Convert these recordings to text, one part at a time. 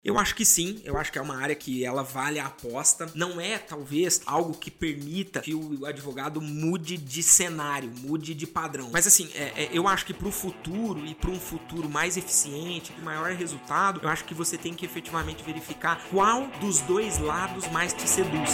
Eu acho que sim, eu acho que é uma área que ela vale a aposta. Não é, talvez, algo que permita que o advogado mude de cenário, mude de padrão. Mas assim, eu acho que para o futuro e para um futuro mais eficiente, de maior resultado, eu acho que você tem que efetivamente verificar qual dos dois lados mais te seduz.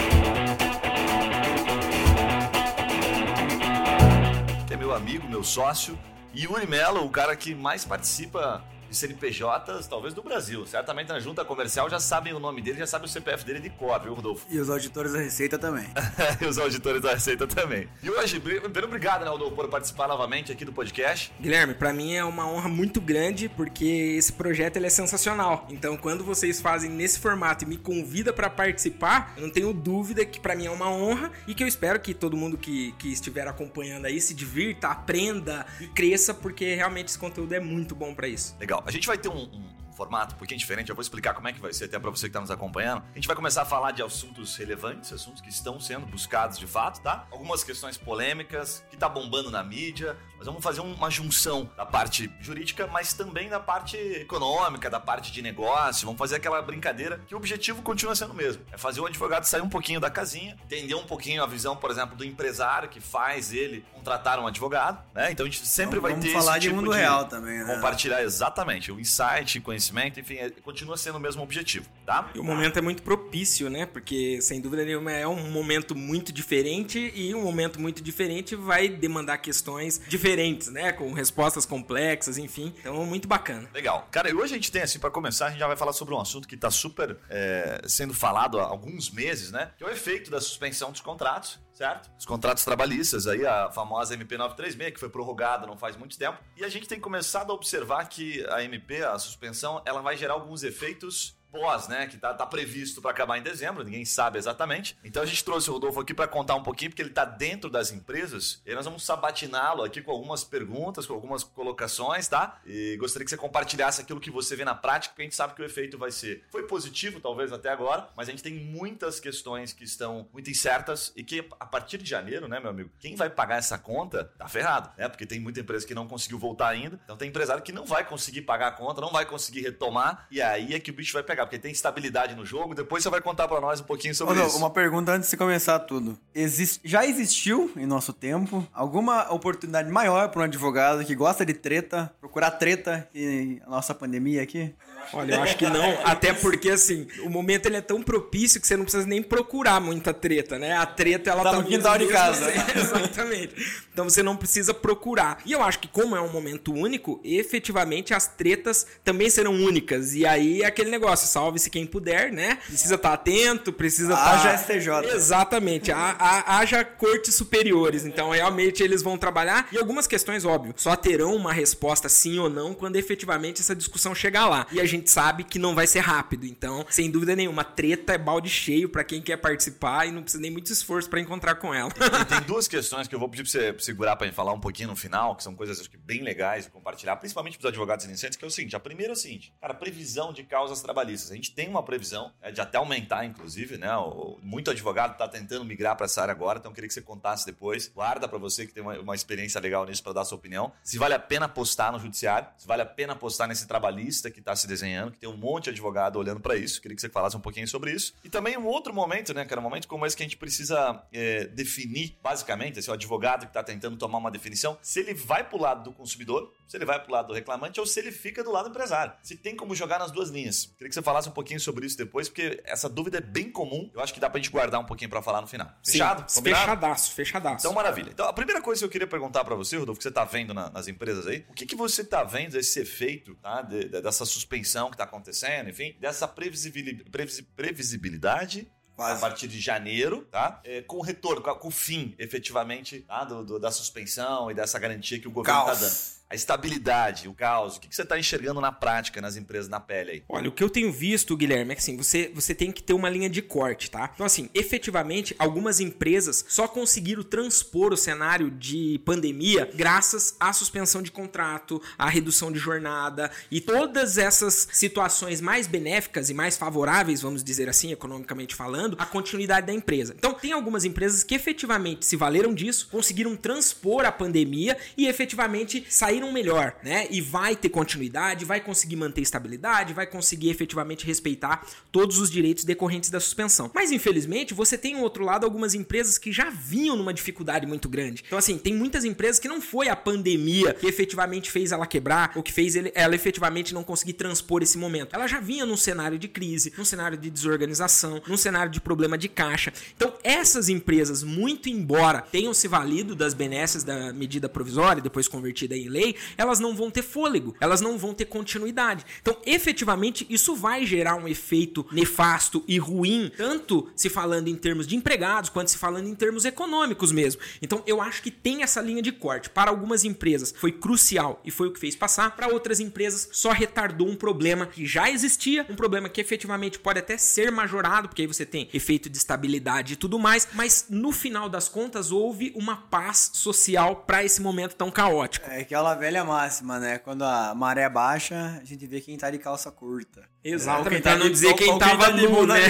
Que é meu amigo, meu sócio, Yuri Mello, o cara que mais participa de CNPJs, talvez do Brasil. Certamente na junta comercial já sabem o nome dele, já sabem o CPF dele de cor, viu, Rodolfo? E os auditores da Receita também. E os auditores da Receita também. E hoje, primeiro, obrigado, né, Rodolfo, por participar novamente aqui do podcast. Guilherme, pra mim é uma honra muito grande, porque esse projeto ele é sensacional. Então, quando vocês fazem nesse formato e me convidam pra participar, eu não tenho dúvida que pra mim é uma honra e que eu espero que todo mundo que estiver acompanhando aí se divirta, aprenda e cresça, porque realmente esse conteúdo é muito bom pra isso. Legal. A gente vai ter um formato um pouquinho diferente, eu vou explicar como é que vai ser até para você que está nos acompanhando. A gente vai começar a falar de assuntos relevantes, assuntos que estão sendo buscados de fato, tá? Algumas questões polêmicas, que tá bombando na mídia, mas vamos fazer uma junção da parte jurídica, mas também da parte econômica, da parte de negócio, vamos fazer aquela brincadeira que o objetivo continua sendo o mesmo, é fazer o advogado sair um pouquinho da casinha, entender um pouquinho a visão, por exemplo, do empresário que faz ele contratar um advogado, né? Então a gente sempre vai ter falar esse tipo de mundo real também, né? Compartilhar exatamente o insight, conhecimento, enfim, continua sendo o mesmo objetivo, tá? E o momento é muito propício, né? Porque, sem dúvida nenhuma, é um momento muito diferente e um momento muito diferente vai demandar questões diferentes, né? Com respostas complexas, enfim. Então, muito bacana. Legal. Cara, e hoje a gente tem, assim, pra começar, a gente já vai falar sobre um assunto que tá super sendo falado há alguns meses, né? Que é o efeito da suspensão dos contratos, certo? Os contratos trabalhistas, aí a famosa MP 936, que foi prorrogada não faz muito tempo. E a gente tem começado a observar que a MP, a suspensão, ela vai gerar alguns efeitos pós, né, que tá previsto para acabar em dezembro, ninguém sabe exatamente. Então a gente trouxe o Rodolfo aqui para contar um pouquinho, porque ele tá dentro das empresas, e nós vamos sabatiná-lo aqui com algumas perguntas, com algumas colocações, tá? E gostaria que você compartilhasse aquilo que você vê na prática, porque a gente sabe que o efeito foi positivo, talvez até agora, mas a gente tem muitas questões que estão muito incertas e que a partir de janeiro, né, meu amigo, quem vai pagar essa conta tá ferrado, né? Porque tem muita empresa que não conseguiu voltar ainda, então tem empresário que não vai conseguir pagar a conta, não vai conseguir retomar, e aí é que o bicho vai pegar, porque tem estabilidade no jogo. Depois você vai contar pra nós um pouquinho sobre isso. Uma pergunta antes de começar tudo. Já existiu, em nosso tempo, alguma oportunidade maior para um advogado que gosta de treta, procurar treta e a nossa pandemia aqui? Olha, eu acho que não, até porque, assim, o momento ele é tão propício que você não precisa nem procurar muita treta, né? A treta, ela tá no quintal de casa. Exatamente. Então você não precisa procurar. E eu acho que como é um momento único, efetivamente as tretas também serão únicas. E aí é aquele negócio, salve-se quem puder, né? Precisa estar atento, precisa estar... Haja STJ. Exatamente, haja cortes superiores. Então, realmente, eles vão trabalhar. E algumas questões, óbvio, só terão uma resposta sim ou não quando efetivamente essa discussão chegar lá. E a gente sabe que não vai ser rápido. Então, sem dúvida nenhuma, treta é balde cheio pra quem quer participar e não precisa nem muito esforço pra encontrar com ela. E tem duas questões que eu vou pedir pra você segurar pra gente falar um pouquinho no final, que são coisas acho que bem legais de compartilhar, principalmente pros advogados iniciantes, que é o seguinte: a primeira é o seguinte, cara, previsão de causas trabalhistas. A gente tem uma previsão de até aumentar, inclusive, né? Muito advogado está tentando migrar para essa área agora, então eu queria que você contasse depois. Guarda para você que tem uma experiência legal nisso para dar a sua opinião. Se vale a pena apostar no judiciário, se vale a pena apostar nesse trabalhista que está se desenhando, que tem um monte de advogado olhando para isso. Queria que você falasse um pouquinho sobre isso. E também um outro momento, né, cara? Um momento como esse que a gente precisa definir, basicamente, esse advogado que está tentando tomar uma definição, se ele vai para o lado do consumidor, se ele vai para o lado do reclamante ou se ele fica do lado do empresário. Se tem como jogar nas duas linhas. Queria que você falasse um pouquinho sobre isso depois, porque essa dúvida é bem comum. Eu acho que dá pra gente guardar um pouquinho pra falar no final. Fechado? Sim, fechadaço. Então, maravilha. Então, a primeira coisa que eu queria perguntar pra você, Rodolfo, que você tá vendo nas empresas aí, o que você tá vendo desse efeito, tá? Dessa suspensão que tá acontecendo, enfim, dessa previsibilidade quase a partir de janeiro, tá? Com o retorno, com o fim, efetivamente, tá? Da suspensão e dessa garantia que o governo tá dando. A estabilidade, o caos, o que você está enxergando na prática, nas empresas, na pele aí? Olha, o que eu tenho visto, Guilherme, é que assim, você tem que ter uma linha de corte, tá? Então assim, efetivamente, algumas empresas só conseguiram transpor o cenário de pandemia graças à suspensão de contrato, à redução de jornada e todas essas situações mais benéficas e mais favoráveis, vamos dizer assim, economicamente falando, à continuidade da empresa. Então, tem algumas empresas que efetivamente se valeram disso, conseguiram transpor a pandemia e efetivamente saíram entenderam melhor, né? E vai ter continuidade, vai conseguir manter estabilidade, vai conseguir efetivamente respeitar todos os direitos decorrentes da suspensão. Mas, infelizmente, você tem, ao outro lado, algumas empresas que já vinham numa dificuldade muito grande. Então, assim, tem muitas empresas que não foi a pandemia que efetivamente fez ela quebrar ou que fez ela efetivamente não conseguir transpor esse momento. Ela já vinha num cenário de crise, num cenário de desorganização, num cenário de problema de caixa. Então, essas empresas, muito embora tenham se valido das benesses da medida provisória, depois convertida em lei, elas não vão ter fôlego, elas não vão ter continuidade. Então, efetivamente, isso vai gerar um efeito nefasto e ruim, tanto se falando em termos de empregados, quanto se falando em termos econômicos mesmo. Então, eu acho que tem essa linha de corte. Para algumas empresas foi crucial e foi o que fez passar, para outras empresas só retardou um problema que já existia, um problema que efetivamente pode até ser majorado, porque aí você tem efeito de estabilidade e tudo mais, mas no final das contas houve uma paz social para esse momento tão caótico. É aquela velha máxima, né? Quando a maré baixa, a gente vê quem tá de calça curta. Exatamente, pra não dizer quem tava nu, né?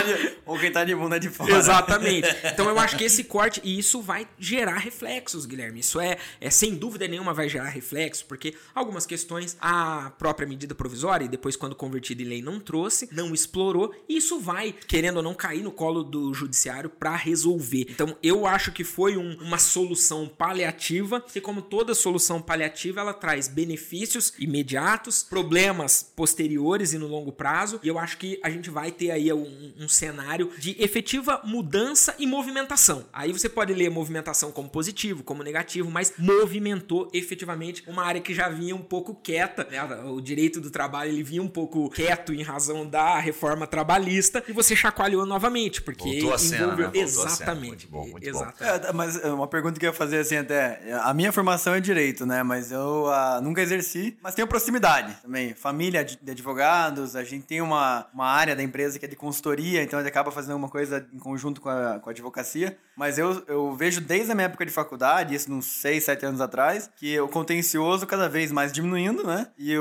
Ou quem tá de bunda de fora. Exatamente. Então eu acho que esse corte, e isso vai gerar reflexos, Guilherme. Isso é sem dúvida nenhuma vai gerar reflexos, porque algumas questões a própria medida provisória, e depois quando convertida em lei não trouxe, não explorou, e isso vai, querendo ou não, cair no colo do judiciário para resolver. Então eu acho que foi uma solução paliativa, e como toda solução paliativa, ela traz benefícios imediatos, problemas posteriores e no longo prazo, e eu acho que a gente vai ter aí um cenário de efetiva mudança e movimentação. Aí você pode ler movimentação como positivo, como negativo, mas movimentou efetivamente uma área que já vinha um pouco quieta, né? O direito do trabalho ele vinha um pouco quieto em razão da reforma trabalhista, e você chacoalhou novamente, porque voltou a cena, né? Exatamente. Muito bom. Mas uma pergunta que eu ia fazer assim até, a minha formação é direito, né? Mas eu nunca exerci, mas tenho proximidade também, família de advogados, a gente tem uma área da empresa que é de consultoria, então a gente acaba fazendo alguma coisa em conjunto com a advocacia, mas eu vejo desde a minha época de faculdade, isso uns 6, 7 anos atrás, que o contencioso cada vez mais diminuindo, né? E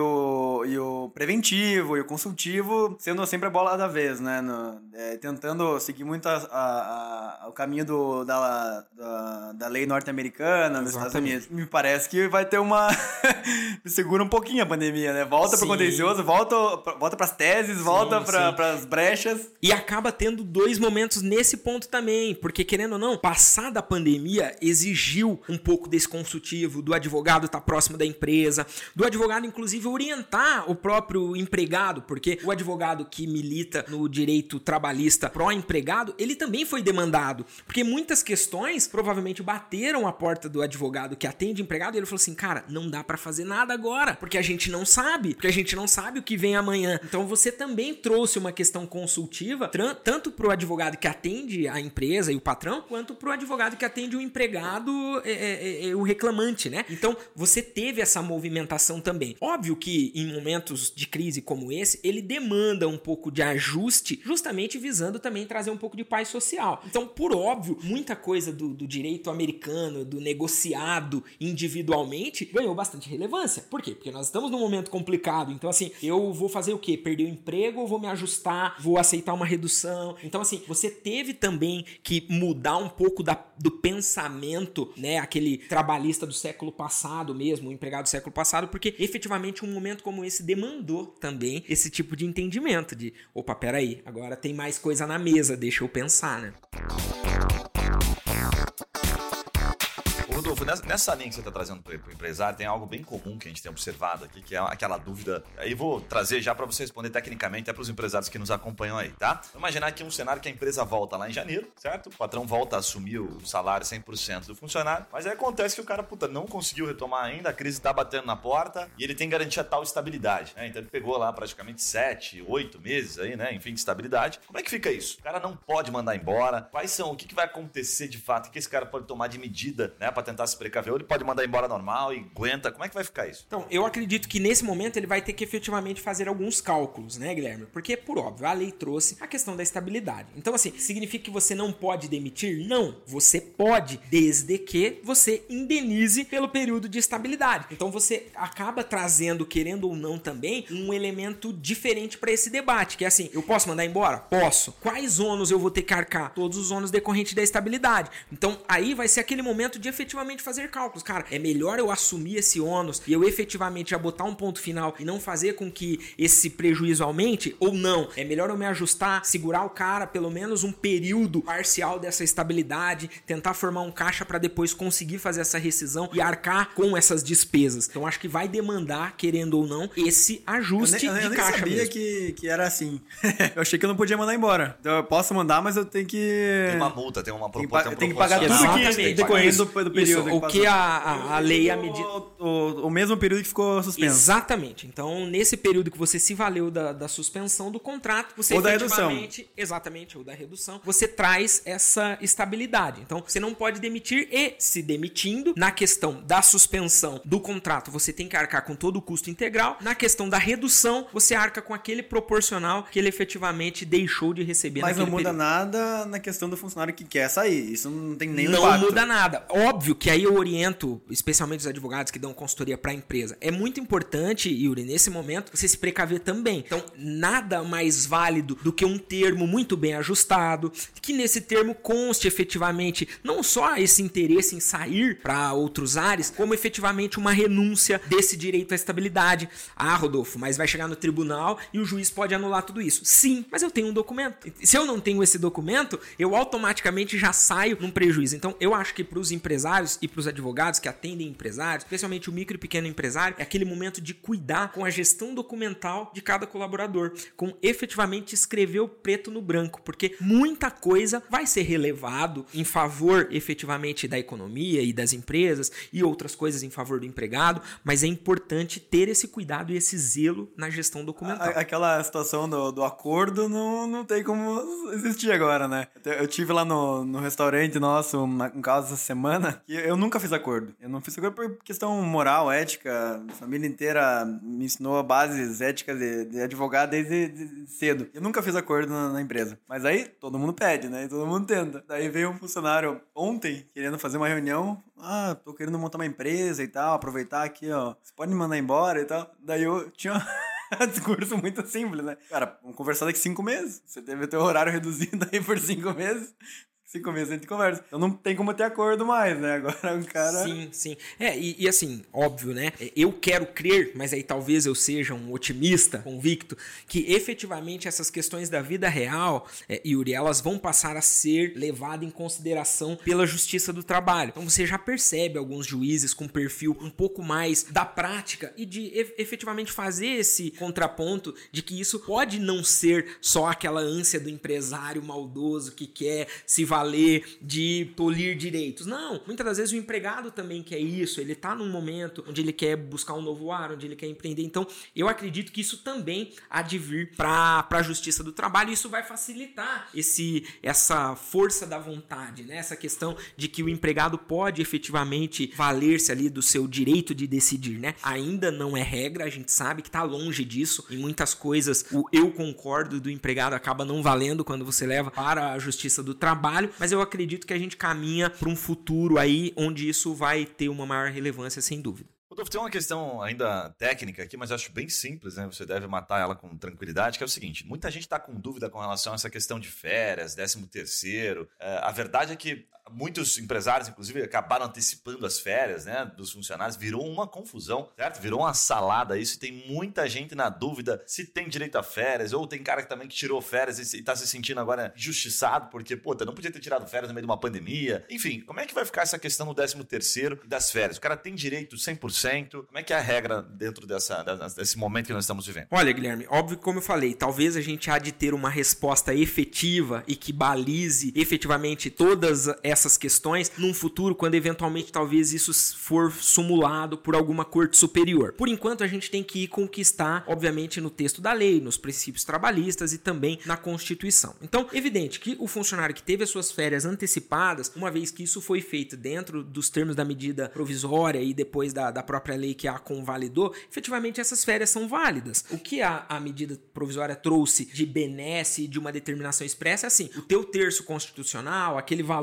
o preventivo e o consultivo sendo sempre a bola da vez, né? Tentando seguir muito o caminho da lei norte-americana nos Estados Unidos. Me parece que vai ter me segura um pouquinho a pandemia, né? Volta pro contencioso, volta pras teses, volta pras brechas. E acaba tendo dois momentos nesse ponto também, porque querendo ou não, passada a pandemia, exigiu um pouco desse consultivo, do advogado estar próximo da empresa, do advogado inclusive orientar o próprio empregado, porque o advogado que milita no direito trabalhista pró-empregado, ele também foi demandado, porque muitas questões provavelmente bateram a porta do advogado que atende empregado e ele falou assim, cara, não dá pra fazer nada agora, porque a gente não sabe o que vem amanhã. Então você também trouxe uma questão consultiva, tanto pro advogado que atende a empresa e o patrão, quanto pro advogado que atende o empregado, o reclamante, né? Então você teve essa movimentação também. Óbvio que em momentos de crise como esse, ele demanda um pouco de ajuste, justamente visando também trazer um pouco de paz social. Então, por óbvio, muita coisa do direito americano, do negociado individualmente, ganhou bastante relevância. Por quê? Porque nós estamos num momento complicado. Então, assim, eu vou fazer o quê? Perder o emprego ou vou me ajustar? Vou aceitar uma redução? Então, assim, você teve também que mudar um pouco do pensamento, né? Aquele trabalhista do século passado mesmo, o empregado do século passado, porque efetivamente um momento como esse demandou também esse tipo de entendimento de, opa, peraí, agora tem mais coisa na mesa, deixa eu pensar, né? Rodolfo, nessa linha que você está trazendo para o empresário, tem algo bem comum que a gente tem observado aqui, que é aquela dúvida. Aí vou trazer já para você responder tecnicamente, até para os empresários que nos acompanham aí, tá? Vamos imaginar aqui um cenário que a empresa volta lá em janeiro, certo? O patrão volta a assumir o salário 100% do funcionário, mas aí acontece que o cara, não conseguiu retomar ainda, a crise está batendo na porta e ele tem que garantir a tal estabilidade, né? Então ele pegou lá praticamente 7, 8 meses aí, né? Enfim, de estabilidade. Como é que fica isso? O cara não pode mandar embora. O que vai acontecer de fato? O que esse cara pode tomar de medida, né? Para tentar se precaver, ou ele pode mandar embora normal e aguenta. Como é que vai ficar isso? Então, eu acredito que nesse momento ele vai ter que efetivamente fazer alguns cálculos, né, Guilherme? Porque, por óbvio, a lei trouxe a questão da estabilidade. Então, assim, significa que você não pode demitir? Não, você pode, desde que você indenize pelo período de estabilidade. Então, você acaba trazendo, querendo ou não também, um elemento diferente para esse debate, que é assim, eu posso mandar embora? Posso. Quais ônus eu vou ter que arcar? Todos os ônus decorrentes da estabilidade. Então, aí vai ser aquele momento de efetivamente efetivamente fazer cálculos. Cara, é melhor eu assumir esse ônus e eu efetivamente já botar um ponto final e não fazer com que esse prejuízo aumente, ou não? É melhor eu me ajustar, segurar o cara pelo menos um período parcial dessa estabilidade, tentar formar um caixa para depois conseguir fazer essa rescisão e arcar com essas despesas. Então acho que vai demandar, querendo ou não, esse ajuste de caixa. Eu nem sabia mesmo. que era assim. Eu achei que eu não podia mandar embora. Então eu posso mandar, mas eu tenho que... Tem uma multa, tem uma proposta. Tem que pagar tudo que decorrendo do período. Isso, o que a lei, a medida... O mesmo período que ficou suspenso. Exatamente. Então, nesse período que você se valeu da suspensão do contrato, você ou da redução. Exatamente, ou da redução, você traz essa estabilidade. Então, você não pode demitir e, se demitindo, na questão da suspensão do contrato, você tem que arcar com todo o custo integral. Na questão da redução, você arca com aquele proporcional que ele efetivamente deixou de receber naquele período. Mas não muda nada na questão do funcionário que quer sair. Isso não tem nenhum impacto. Não muda nada. Óbvio que aí eu oriento, especialmente os advogados que dão consultoria para a empresa. É muito importante, Yuri, nesse momento, você se precaver também. Então, nada mais válido do que um termo muito bem ajustado, que nesse termo conste efetivamente não só esse interesse em sair para outros ares, como efetivamente uma renúncia desse direito à estabilidade. Ah, Rodolfo, mas vai chegar no tribunal e o juiz pode anular tudo isso. Sim, mas eu tenho um documento. Se eu não tenho esse documento, eu automaticamente já saio num prejuízo. Então, eu acho que para os empresários e para os advogados que atendem empresários, especialmente o micro e pequeno empresário, é aquele momento de cuidar com a gestão documental de cada colaborador, com efetivamente escrever o preto no branco, porque muita coisa vai ser relevado em favor efetivamente da economia e das empresas e outras coisas em favor do empregado, mas é importante ter esse cuidado e esse zelo na gestão documental. Aquela situação do acordo não tem como existir agora, né? Eu tive lá no restaurante nosso um caso essa semana que eu nunca fiz acordo. Eu não fiz acordo por questão moral, ética. A família inteira me ensinou bases éticas de advogado desde cedo. Eu nunca fiz acordo na empresa. Mas aí todo mundo pede, né? E todo mundo tenta. Daí veio um funcionário ontem querendo fazer uma reunião. Ah, tô querendo montar uma empresa e tal, aproveitar aqui, ó. Você pode me mandar embora e tal. Daí eu tinha um discurso muito simples, né? Cara, vamos conversar daqui 5 meses. Você deve ter o horário reduzido aí por 5 meses. 5 meses a gente conversa. Então não tem como ter acordo mais, né? Agora o cara... Sim. E assim, óbvio, né? Eu quero crer, mas aí talvez eu seja um otimista, convicto, que efetivamente essas questões da vida real, Yuri, elas vão passar a ser levadas em consideração pela Justiça do Trabalho. Então você já percebe alguns juízes com perfil um pouco mais da prática e de efetivamente fazer esse contraponto de que isso pode não ser só aquela ânsia do empresário maldoso que quer se valer de tolir direitos. Não, muitas das vezes o empregado também quer isso, ele está num momento onde ele quer buscar um novo ar, onde ele quer empreender. Então, eu acredito que isso também há de vir para a Justiça do Trabalho e isso vai facilitar essa força da vontade, né? Essa questão de que o empregado pode efetivamente valer-se ali do seu direito de decidir, né? Ainda não é regra, a gente sabe que está longe disso. Em muitas coisas, o eu concordo do empregado acaba não valendo quando você leva para a Justiça do Trabalho, mas eu acredito que a gente caminha para um futuro aí onde isso vai ter uma maior relevância, sem dúvida. Rodolfo, tem uma questão ainda técnica aqui, mas eu acho bem simples, né? Você deve matar ela com tranquilidade, que é o seguinte, muita gente está com dúvida com relação a essa questão de férias, 13º. A verdade é que muitos empresários, inclusive, acabaram antecipando as férias, né, dos funcionários. Virou uma confusão, certo? Virou uma salada isso. E tem muita gente na dúvida se tem direito a férias, ou tem cara que também que tirou férias e está se sentindo agora injustiçado porque, não podia ter tirado férias no meio de uma pandemia. Enfim, como é que vai ficar essa questão do 13º e das férias? O cara tem direito 100%? Como é que é a regra dentro desse momento que nós estamos vivendo? Olha, Guilherme, óbvio que, como eu falei, talvez a gente há de ter uma resposta efetiva e que balize efetivamente todas essas questões num futuro, quando eventualmente talvez isso for sumulado por alguma corte superior. Por enquanto, a gente tem que ir conquistar, obviamente, no texto da lei, nos princípios trabalhistas e também na Constituição. Então, evidente que o funcionário que teve as suas férias antecipadas, uma vez que isso foi feito dentro dos termos da medida provisória e depois da própria lei que a convalidou, efetivamente essas férias são válidas. O que a medida provisória trouxe de benesse e de uma determinação expressa é assim, o teu terço constitucional, aquele valor que eu deveria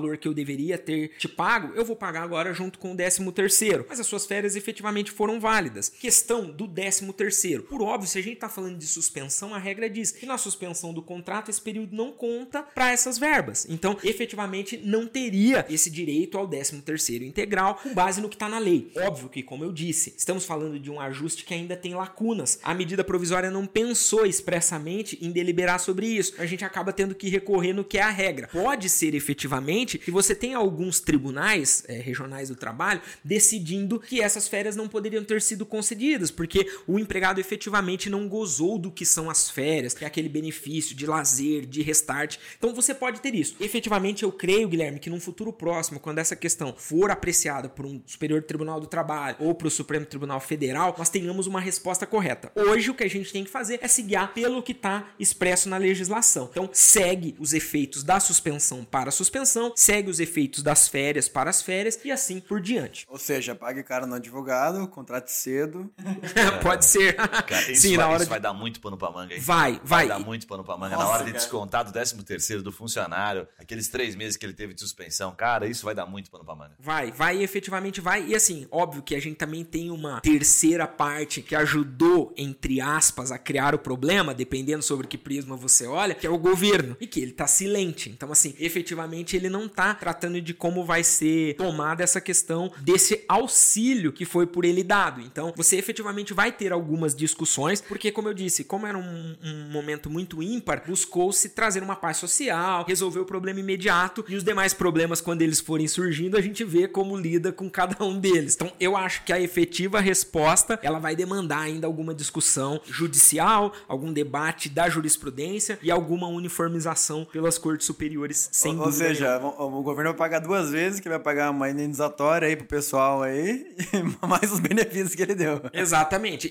deveria ter te pago, eu vou pagar agora junto com o 13º. Mas as suas férias efetivamente foram válidas. Questão do 13º. Por óbvio, se a gente está falando de suspensão, a regra diz que na suspensão do contrato esse período não conta para essas verbas. Então, efetivamente, não teria esse direito ao 13º integral com base no que está na lei. Óbvio que, como eu disse, estamos falando de um ajuste que ainda tem lacunas. A medida provisória não pensou expressamente em deliberar sobre isso. A gente acaba tendo que recorrer no que é a regra. Pode ser efetivamente que você tenha alguns tribunais regionais do trabalho decidindo que essas férias não poderiam ter sido concedidas, porque o empregado efetivamente não gozou do que são as férias, que é aquele benefício de lazer, de restart. Então você pode ter isso. Efetivamente eu creio, Guilherme, que num futuro próximo, quando essa questão for apreciada por um Superior Tribunal do Trabalho ou para o Supremo Tribunal Federal, nós tenhamos uma resposta correta. Hoje o que a gente tem que fazer é se guiar pelo que está expresso na legislação. Então segue os efeitos da suspensão para a suspensão, segue os efeitos das férias para as férias e assim por diante. Ou seja, pague caro no advogado, contrate cedo. Pode ser. Cara, isso, sim, isso vai dar muito pano pra manga, hein? Vai. Vai dar muito pano pra manga. Nossa, na hora de cara. descontar do 13º do funcionário, aqueles 3 meses que ele teve de suspensão, cara, isso vai dar muito pano pra manga. Vai, efetivamente vai. E assim, óbvio que a gente também tem uma terceira parte que ajudou, entre aspas, a criar o problema, dependendo sobre que prisma você olha, que é o governo. E que ele tá silente. Então, assim, efetivamente ele não tá tratando de como vai ser tomada essa questão desse auxílio que foi por ele dado. Então, você efetivamente vai ter algumas discussões, porque, como eu disse, como era um momento muito ímpar, buscou-se trazer uma paz social, resolver o problema imediato, e os demais problemas, quando eles forem surgindo, a gente vê como lida com cada um deles. Então, eu acho que a efetiva resposta, ela vai demandar ainda alguma discussão judicial, algum debate da jurisprudência e alguma uniformização pelas cortes superiores, sem dúvida. Ou seja, o governo vai pagar 2 vezes, que vai pagar uma indenizatória aí pro pessoal aí, mais os benefícios que ele deu. Exatamente.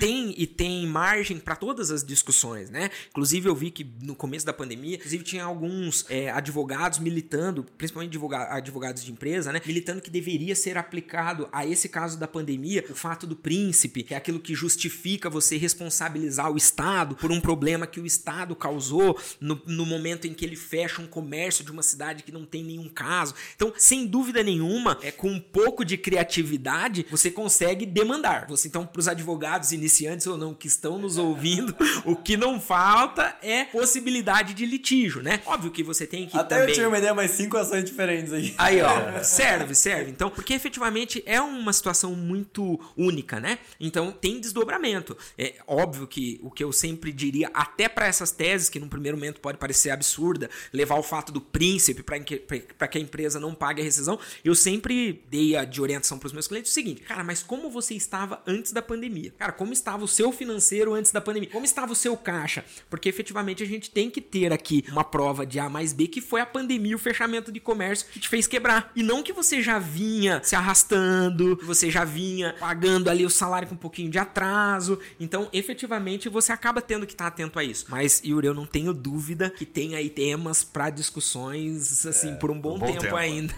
E tem margem para todas as discussões, né? Inclusive, eu vi que no começo da pandemia, tinha alguns advogados militando, principalmente advogados de empresa, né? Militando que deveria ser aplicado a esse caso da pandemia o fato do príncipe, que é aquilo que justifica você responsabilizar o Estado por um problema que o Estado causou no momento em que ele fecha um comércio de uma cidade que não tem nenhum caso. Então, sem dúvida nenhuma, com um pouco de criatividade, você consegue demandar. Então, para os advogados iniciantes ou não que estão nos ouvindo, o que não falta é possibilidade de litígio, né? Óbvio que você tem que até também... eu tinha uma ideia, mas 5 ações diferentes aí. Aí, ó, serve. Então, porque efetivamente é uma situação muito única, né? Então, tem desdobramento. É óbvio que o que eu sempre diria, até para essas teses, que num primeiro momento pode parecer absurda, levar o fato do príncipe para que a empresa não pague a rescisão, eu sempre dei de orientação para os meus clientes o seguinte: cara, mas como você estava antes da pandemia? Cara, como estava o seu financeiro antes da pandemia? Como estava o seu caixa? Porque efetivamente a gente tem que ter aqui uma prova de A mais B, que foi a pandemia, o fechamento de comércio que te fez quebrar. E não que você já vinha se arrastando, que você já vinha pagando ali o salário com um pouquinho de atraso. Então, efetivamente, você acaba tendo que estar atento a isso. Mas, Yuri, eu não tenho dúvida que tem aí temas para discussões, assim, por um bom tempo ainda.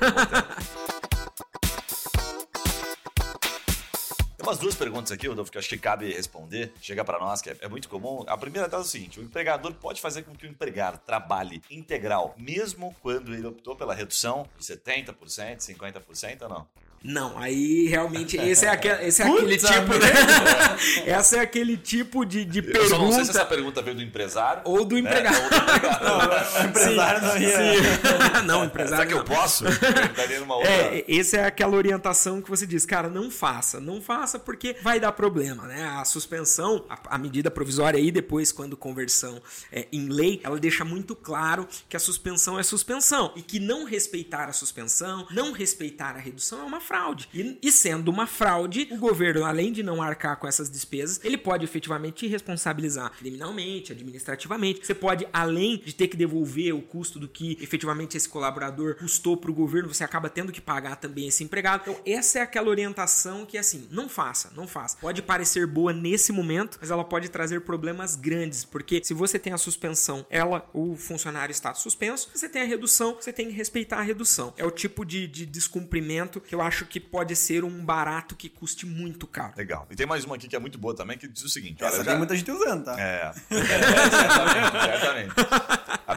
Umas 2 perguntas aqui, Rodolfo, que eu acho que cabe responder, chega para nós, que é muito comum. A primeira é o seguinte: o empregador pode fazer com que o empregado trabalhe integral, mesmo quando ele optou pela redução de 70%, 50% ou não? Não, aí realmente esse é aquele tipo, né? Essa é aquele tipo de pergunta. Eu só não sei se essa pergunta veio do empresário ou do empregado. Não, o empresário não ia. Não, o empresário. Será que eu posso? Eu estaria numa outra. Essa é aquela orientação que você diz, cara, não faça porque vai dar problema, né? A suspensão, a medida provisória aí, depois, quando conversão em lei, ela deixa muito claro que a suspensão é suspensão e que não respeitar a suspensão, não respeitar a redução é uma fraude. E sendo uma fraude, o governo, além de não arcar com essas despesas, ele pode efetivamente te responsabilizar criminalmente, administrativamente. Você pode, além de ter que devolver o custo do que efetivamente esse colaborador custou para o governo, você acaba tendo que pagar também esse empregado. Então, essa é aquela orientação que, assim, não faça. Pode parecer boa nesse momento, mas ela pode trazer problemas grandes, porque se você tem a suspensão, o funcionário está suspenso, você tem a redução, você tem que respeitar a redução. É o tipo de descumprimento que eu acho que pode ser um barato que custe muito caro. Legal. E tem mais uma aqui que é muito boa também, que diz o seguinte: tem muita gente usando, tá? Certamente.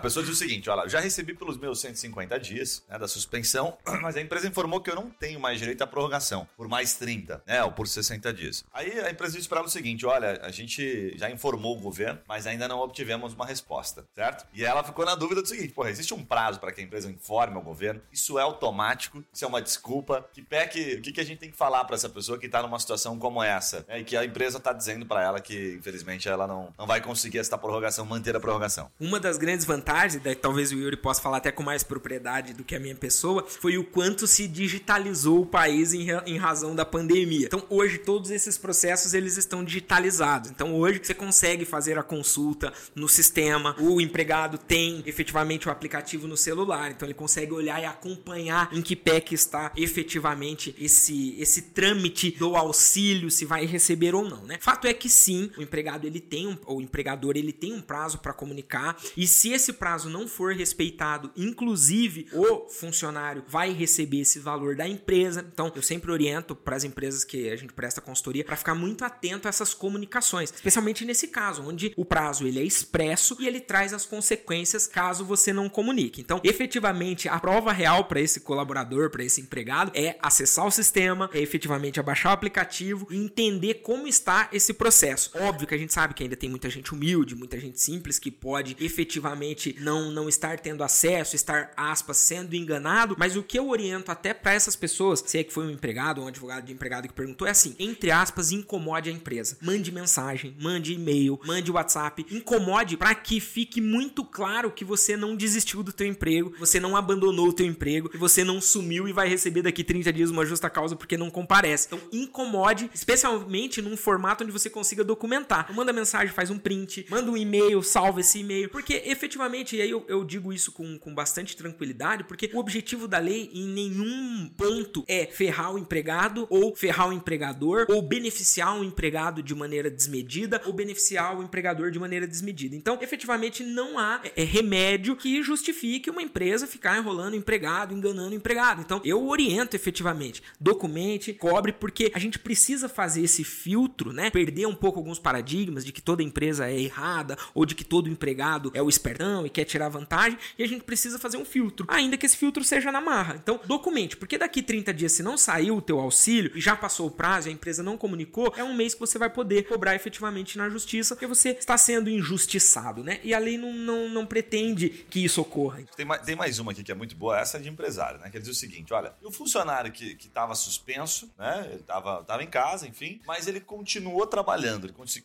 pessoa diz o seguinte, olha, já recebi pelos meus 150 dias, né, da suspensão, mas a empresa informou que eu não tenho mais direito à prorrogação por mais 30, né, ou por 60 dias. Aí a empresa disse para ela o seguinte, olha, a gente já informou o governo, mas ainda não obtivemos uma resposta, certo? E ela ficou na dúvida do seguinte, porra, existe um prazo para que a empresa informe ao governo? Isso é automático? Isso é uma desculpa? O que a gente tem que falar para essa pessoa que está numa situação como essa, né, e que a empresa está dizendo para ela que, infelizmente, ela não vai conseguir essa prorrogação, manter a prorrogação? Uma das grandes vantagens, daí talvez o Yuri possa falar até com mais propriedade do que a minha pessoa, foi o quanto se digitalizou o país em razão da pandemia. Então, hoje, todos esses processos, eles estão digitalizados. Então, hoje, você consegue fazer a consulta no sistema, o empregado tem, efetivamente, o aplicativo no celular, então ele consegue olhar e acompanhar em que pé que está, efetivamente, esse trâmite do auxílio, se vai receber ou não, né? Fato é que sim, o empregado, o empregador, ele tem um prazo para comunicar, e se esse prazo não for respeitado, inclusive o funcionário vai receber esse valor da empresa. Então eu sempre oriento para as empresas que a gente presta consultoria para ficar muito atento a essas comunicações, especialmente nesse caso, onde o prazo ele é expresso e ele traz as consequências caso você não comunique. Então, efetivamente, a prova real para esse colaborador, para esse empregado, é acessar o sistema, é efetivamente abaixar o aplicativo e entender como está esse processo. Óbvio que a gente sabe que ainda tem muita gente humilde, muita gente simples que pode efetivamente não estar tendo acesso, estar, aspas, sendo enganado, mas o que eu oriento até para essas pessoas, se é que foi um empregado ou um advogado de empregado que perguntou, é assim, entre aspas, incomode a empresa. Mande mensagem, mande e-mail, mande WhatsApp, incomode para que fique muito claro que você não desistiu do teu emprego, você não abandonou o teu emprego, que você não sumiu e vai receber daqui 30 dias uma justa causa porque não comparece. Então, incomode, especialmente num formato onde você consiga documentar. Então, manda mensagem, faz um print, manda um e-mail, salva esse e-mail, porque efetivamente, e aí eu digo isso com bastante tranquilidade, porque o objetivo da lei em nenhum ponto é ferrar o empregado ou ferrar o empregador ou beneficiar um empregado de maneira desmedida ou beneficiar o empregador de maneira desmedida. Então, efetivamente, não há remédio que justifique uma empresa ficar enrolando o empregado, enganando o empregado. Então, eu oriento efetivamente, documente, cobre, porque a gente precisa fazer esse filtro, né? Perder um pouco alguns paradigmas de que toda empresa é errada ou de que todo empregado é o espertão e quer tirar vantagem, e a gente precisa fazer um filtro, ainda que esse filtro seja na marra. Então, documente, porque daqui 30 dias, se não saiu o teu auxílio e já passou o prazo e a empresa não comunicou, é um mês que você vai poder cobrar efetivamente na justiça, porque você está sendo injustiçado, né? E a lei não pretende que isso ocorra. Tem mais uma aqui que é muito boa, essa é de empresário, né? Quer dizer o seguinte, olha, o funcionário que estava suspenso, né? Ele estava em casa, enfim, mas ele continuou trabalhando,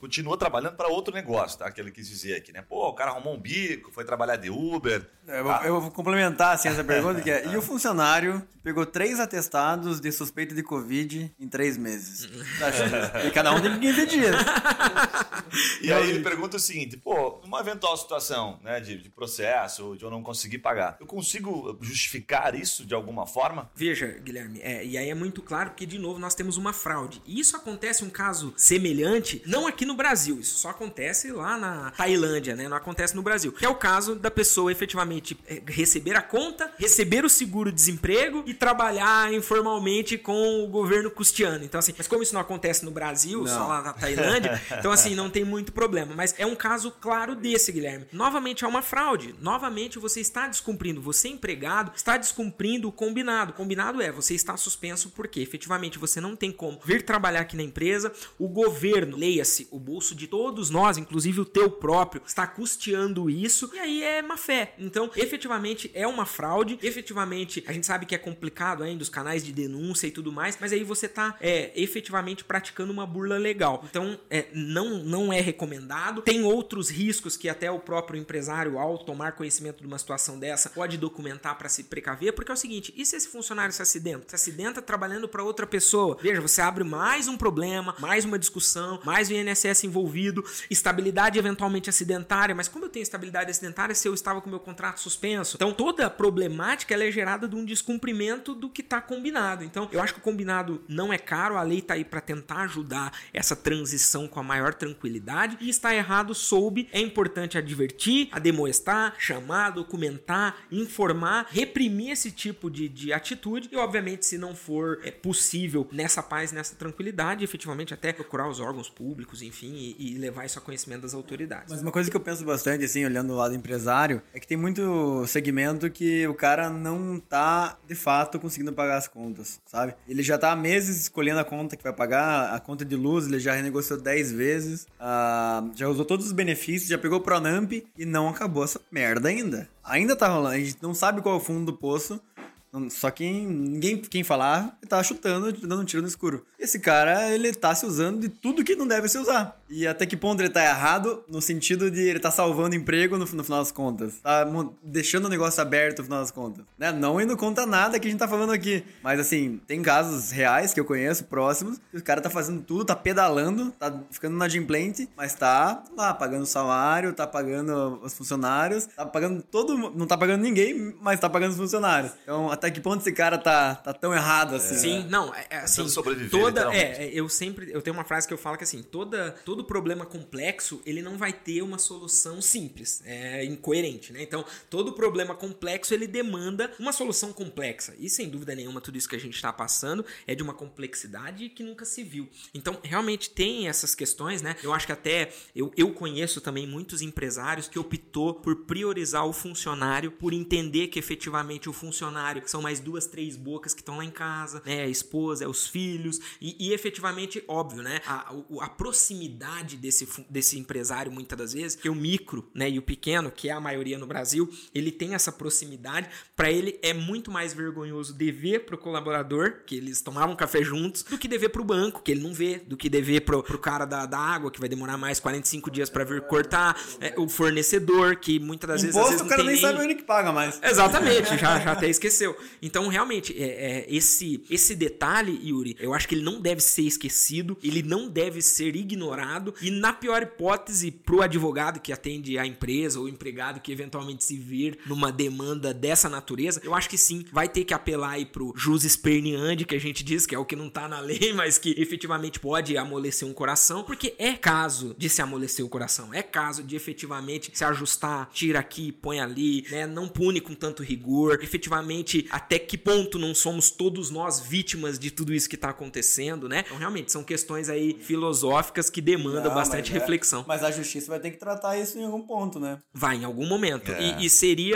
para outro negócio, tá? Que ele quis dizer aqui, né? Pô, o cara arrumou um bico, foi trabalhar de Uber. Eu vou complementar assim, essa pergunta, que é, e o funcionário que pegou 3 atestados de suspeita de Covid em 3 meses? E cada um tem 15 dias. E aí ele pergunta o seguinte, pô, numa eventual situação, né, de processo, de eu não conseguir pagar, eu consigo justificar isso de alguma forma? Veja, Guilherme, e aí é muito claro que, de novo, nós temos uma fraude. E isso acontece um caso semelhante, não aqui no Brasil, isso só acontece lá na Tailândia, né, não acontece no Brasil, que é o caso da pessoa efetivamente receber a conta, receber o seguro-desemprego e trabalhar informalmente com o governo custeando. Então, assim, mas como isso não acontece no Brasil, só lá na Tailândia, então, assim, não tem muito problema. Mas é um caso claro desse, Guilherme. Novamente, é uma fraude. Novamente, você está descumprindo. Você, empregado, está descumprindo o combinado. O combinado é, você está suspenso porque, efetivamente, você não tem como vir trabalhar aqui na empresa. O governo, leia-se, o bolso de todos nós, inclusive o teu próprio, está custeando isso. E aí é má fé. Então, efetivamente, é uma fraude. Efetivamente, a gente sabe que é complicado ainda os canais de denúncia e tudo mais, mas aí você está efetivamente praticando uma burla legal. Então, não é recomendado. Tem outros riscos que até o próprio empresário, ao tomar conhecimento de uma situação dessa, pode documentar para se precaver, porque é o seguinte, e se esse funcionário se acidenta? Se acidenta trabalhando para outra pessoa. Veja, você abre mais um problema, mais uma discussão, mais o INSS envolvido, estabilidade eventualmente acidentária, mas como eu tenho estabilidade acidentária se eu estava com meu contrato suspenso? Então, toda a problemática ela é gerada de um descumprimento do que está combinado. Então, eu acho que o combinado não é caro, a lei está aí para tentar ajudar essa transição com a maior tranquilidade, e está errado soube, é importante advertir, ademoestar, chamar, documentar, informar, reprimir esse tipo de atitude e, obviamente, se não for possível nessa paz, nessa tranquilidade, efetivamente até procurar os órgãos públicos, enfim, e levar isso a conhecimento das autoridades. Mas uma coisa que eu penso bastante, assim, olhando do lado empresário é que tem muito segmento que o cara não tá, de fato, conseguindo pagar as contas, sabe? Ele já tá há meses escolhendo a conta que vai pagar, a conta de luz ele já renegociou 10 vezes, já usou todos os benefícios, já pegou o Pronamp e não acabou essa merda ainda. Ainda tá rolando, a gente não sabe qual é o fundo do poço. Só que quem falar tá chutando, dando um tiro no escuro. Esse cara, ele tá se usando de tudo que não deve se usar. E até que ponto ele tá errado, no sentido de ele tá salvando emprego no final das contas. Tá deixando o negócio aberto no final das contas. Né? Não indo contra nada que a gente tá falando aqui. Mas assim, tem casos reais que eu conheço, próximos, que o cara tá fazendo tudo, tá pedalando, tá ficando inadimplente, mas tá lá pagando salário, tá pagando os funcionários, tá pagando não tá pagando ninguém, mas tá pagando os funcionários. Então, até que ponto esse cara tá tão errado assim? Sim, não, assim, eu tenho uma frase que eu falo que assim, todo problema complexo, ele não vai ter uma solução simples, é incoerente, né? Então, todo problema complexo, ele demanda uma solução complexa. E sem dúvida nenhuma, tudo isso que a gente tá passando é de uma complexidade que nunca se viu. Então, realmente tem essas questões, né? Eu acho que até eu conheço também muitos empresários que optou por priorizar o funcionário, por entender que efetivamente o funcionário são mais 2, 3 bocas que estão lá em casa, né? A esposa, os filhos, e efetivamente, óbvio, né? A proximidade desse empresário, muitas das vezes, que o micro, né? E o pequeno, que é a maioria no Brasil, ele tem essa proximidade. Para ele é muito mais vergonhoso dever pro colaborador, que eles tomavam café juntos, do que dever pro banco, que ele não vê, do que dever pro cara da água, que vai demorar mais 45 dias para vir cortar, o fornecedor, que muitas das vezes... Imposto, o cara nem sabe onde que paga mais. Exatamente, já até esqueceu. Então, realmente, esse detalhe, Yuri, eu acho que ele não deve ser esquecido, ele não deve ser ignorado, e na pior hipótese, pro advogado que atende a empresa ou empregado que eventualmente se vir numa demanda dessa natureza, eu acho que sim, vai ter que apelar aí pro jus esperneandi, que a gente diz, que é o que não tá na lei, mas que efetivamente pode amolecer um coração, porque é caso de se amolecer o coração, é caso de efetivamente se ajustar, tira aqui, põe ali, né? Não pune com tanto rigor, efetivamente até que ponto não somos todos nós vítimas de tudo isso que tá acontecendo, né? Então, realmente, são questões aí filosóficas que demandam bastante reflexão. Mas a justiça vai ter que tratar isso em algum ponto, né? Vai, em algum momento. E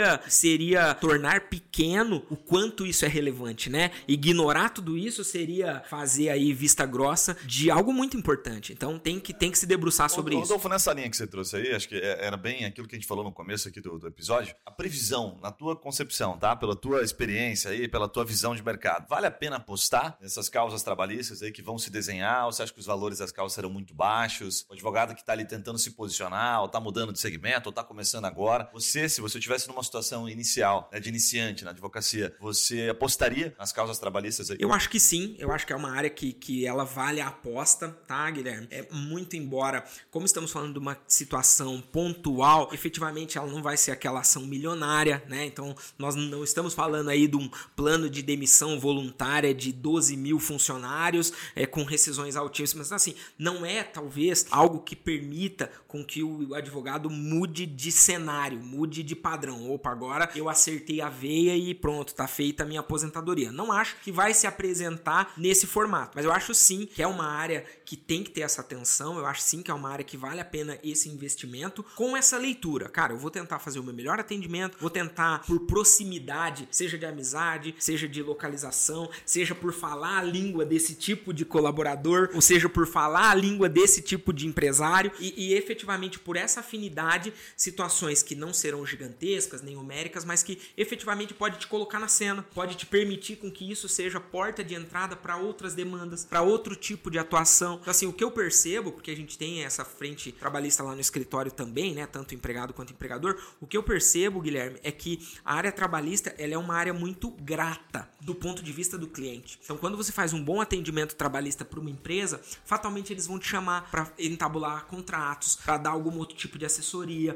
seria tornar pequeno o quanto isso é relevante, né? Ignorar tudo isso seria fazer aí vista grossa de algo muito importante. Então, tem que se debruçar sobre isso. Rodolfo, nessa linha que você trouxe aí, acho que era bem aquilo que a gente falou no começo aqui do episódio, a previsão, na tua concepção, tá? Pela tua experiência aí, pela tua visão de mercado, vale a pena apostar nessas causas trabalhistas aí que vão se desenhar, ou você acha que os valores das causas serão muito baixos? O advogado que tá ali tentando se posicionar, ou tá mudando de segmento, ou tá começando agora, se você estivesse numa situação inicial, né, de iniciante na advocacia, você apostaria nas causas trabalhistas aí? Eu acho que sim, eu acho que é uma área que ela vale a aposta, tá, Guilherme? Muito embora, como estamos falando de uma situação pontual, efetivamente ela não vai ser aquela ação milionária, né? Então, nós não estamos falando aí de um plano de demissão voluntária de 12 mil funcionários com rescisões altíssimas. Então, assim, não é talvez algo que permita com que o advogado mude de cenário, mude de padrão. Opa, agora eu acertei a veia e pronto, tá feita a minha aposentadoria. Não acho que vai se apresentar nesse formato, mas eu acho sim que é uma área que tem que ter essa atenção, eu acho sim que é uma área que vale a pena esse investimento com essa leitura. Cara, eu vou tentar fazer o meu melhor atendimento, vou tentar por proximidade, seja de amizade, seja de localização, seja por falar a língua desse tipo de colaborador, ou seja por falar a língua desse tipo de empresário e efetivamente por essa afinidade, situações que não serão gigantescas, nem numéricas, mas que efetivamente pode te colocar na cena, pode te permitir com que isso seja porta de entrada para outras demandas, para outro tipo de atuação. Então, assim, o que eu percebo, porque a gente tem essa frente trabalhista lá no escritório também, né, tanto empregado quanto empregador, o que eu percebo, Guilherme, é que a área trabalhista, ela é uma área muito grata do ponto de vista do cliente. Então, quando você faz um bom atendimento trabalhista para uma empresa, fatalmente eles vão te chamar para entabular contratos, para dar algum outro tipo de assessoria.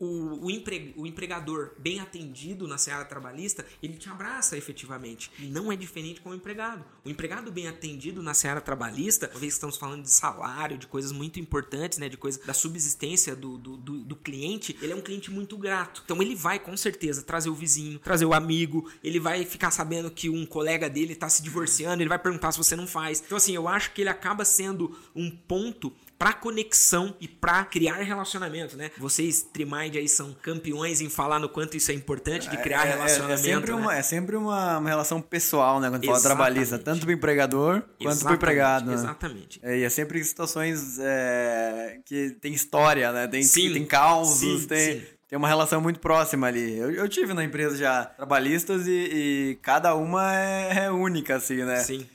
O empregador bem atendido na seara trabalhista, ele te abraça efetivamente. E não é diferente com o empregado. O empregado bem atendido na seara trabalhista, uma vez que estamos falando de salário, de coisas muito importantes, né, de coisa da subsistência do cliente, ele é um cliente muito grato. Então ele vai com certeza trazer o vizinho, trazer o amigo, ele vai ficar sabendo que um colega dele está se divorciando, ele vai perguntar se você não faz. Então assim, eu acho que ele acaba sendo um ponto pra conexão e pra criar relacionamento, né? Vocês, Trimind, aí são campeões em falar no quanto isso é importante de criar relacionamento. É sempre uma relação pessoal, né? Quando fala trabalhista, tanto pro empregador quanto pro empregado. Né? Exatamente. E é sempre situações que tem história, né? Tem causos, tem uma relação muito próxima ali. Eu tive na empresa já trabalhistas e cada uma é única, assim, né? Sim.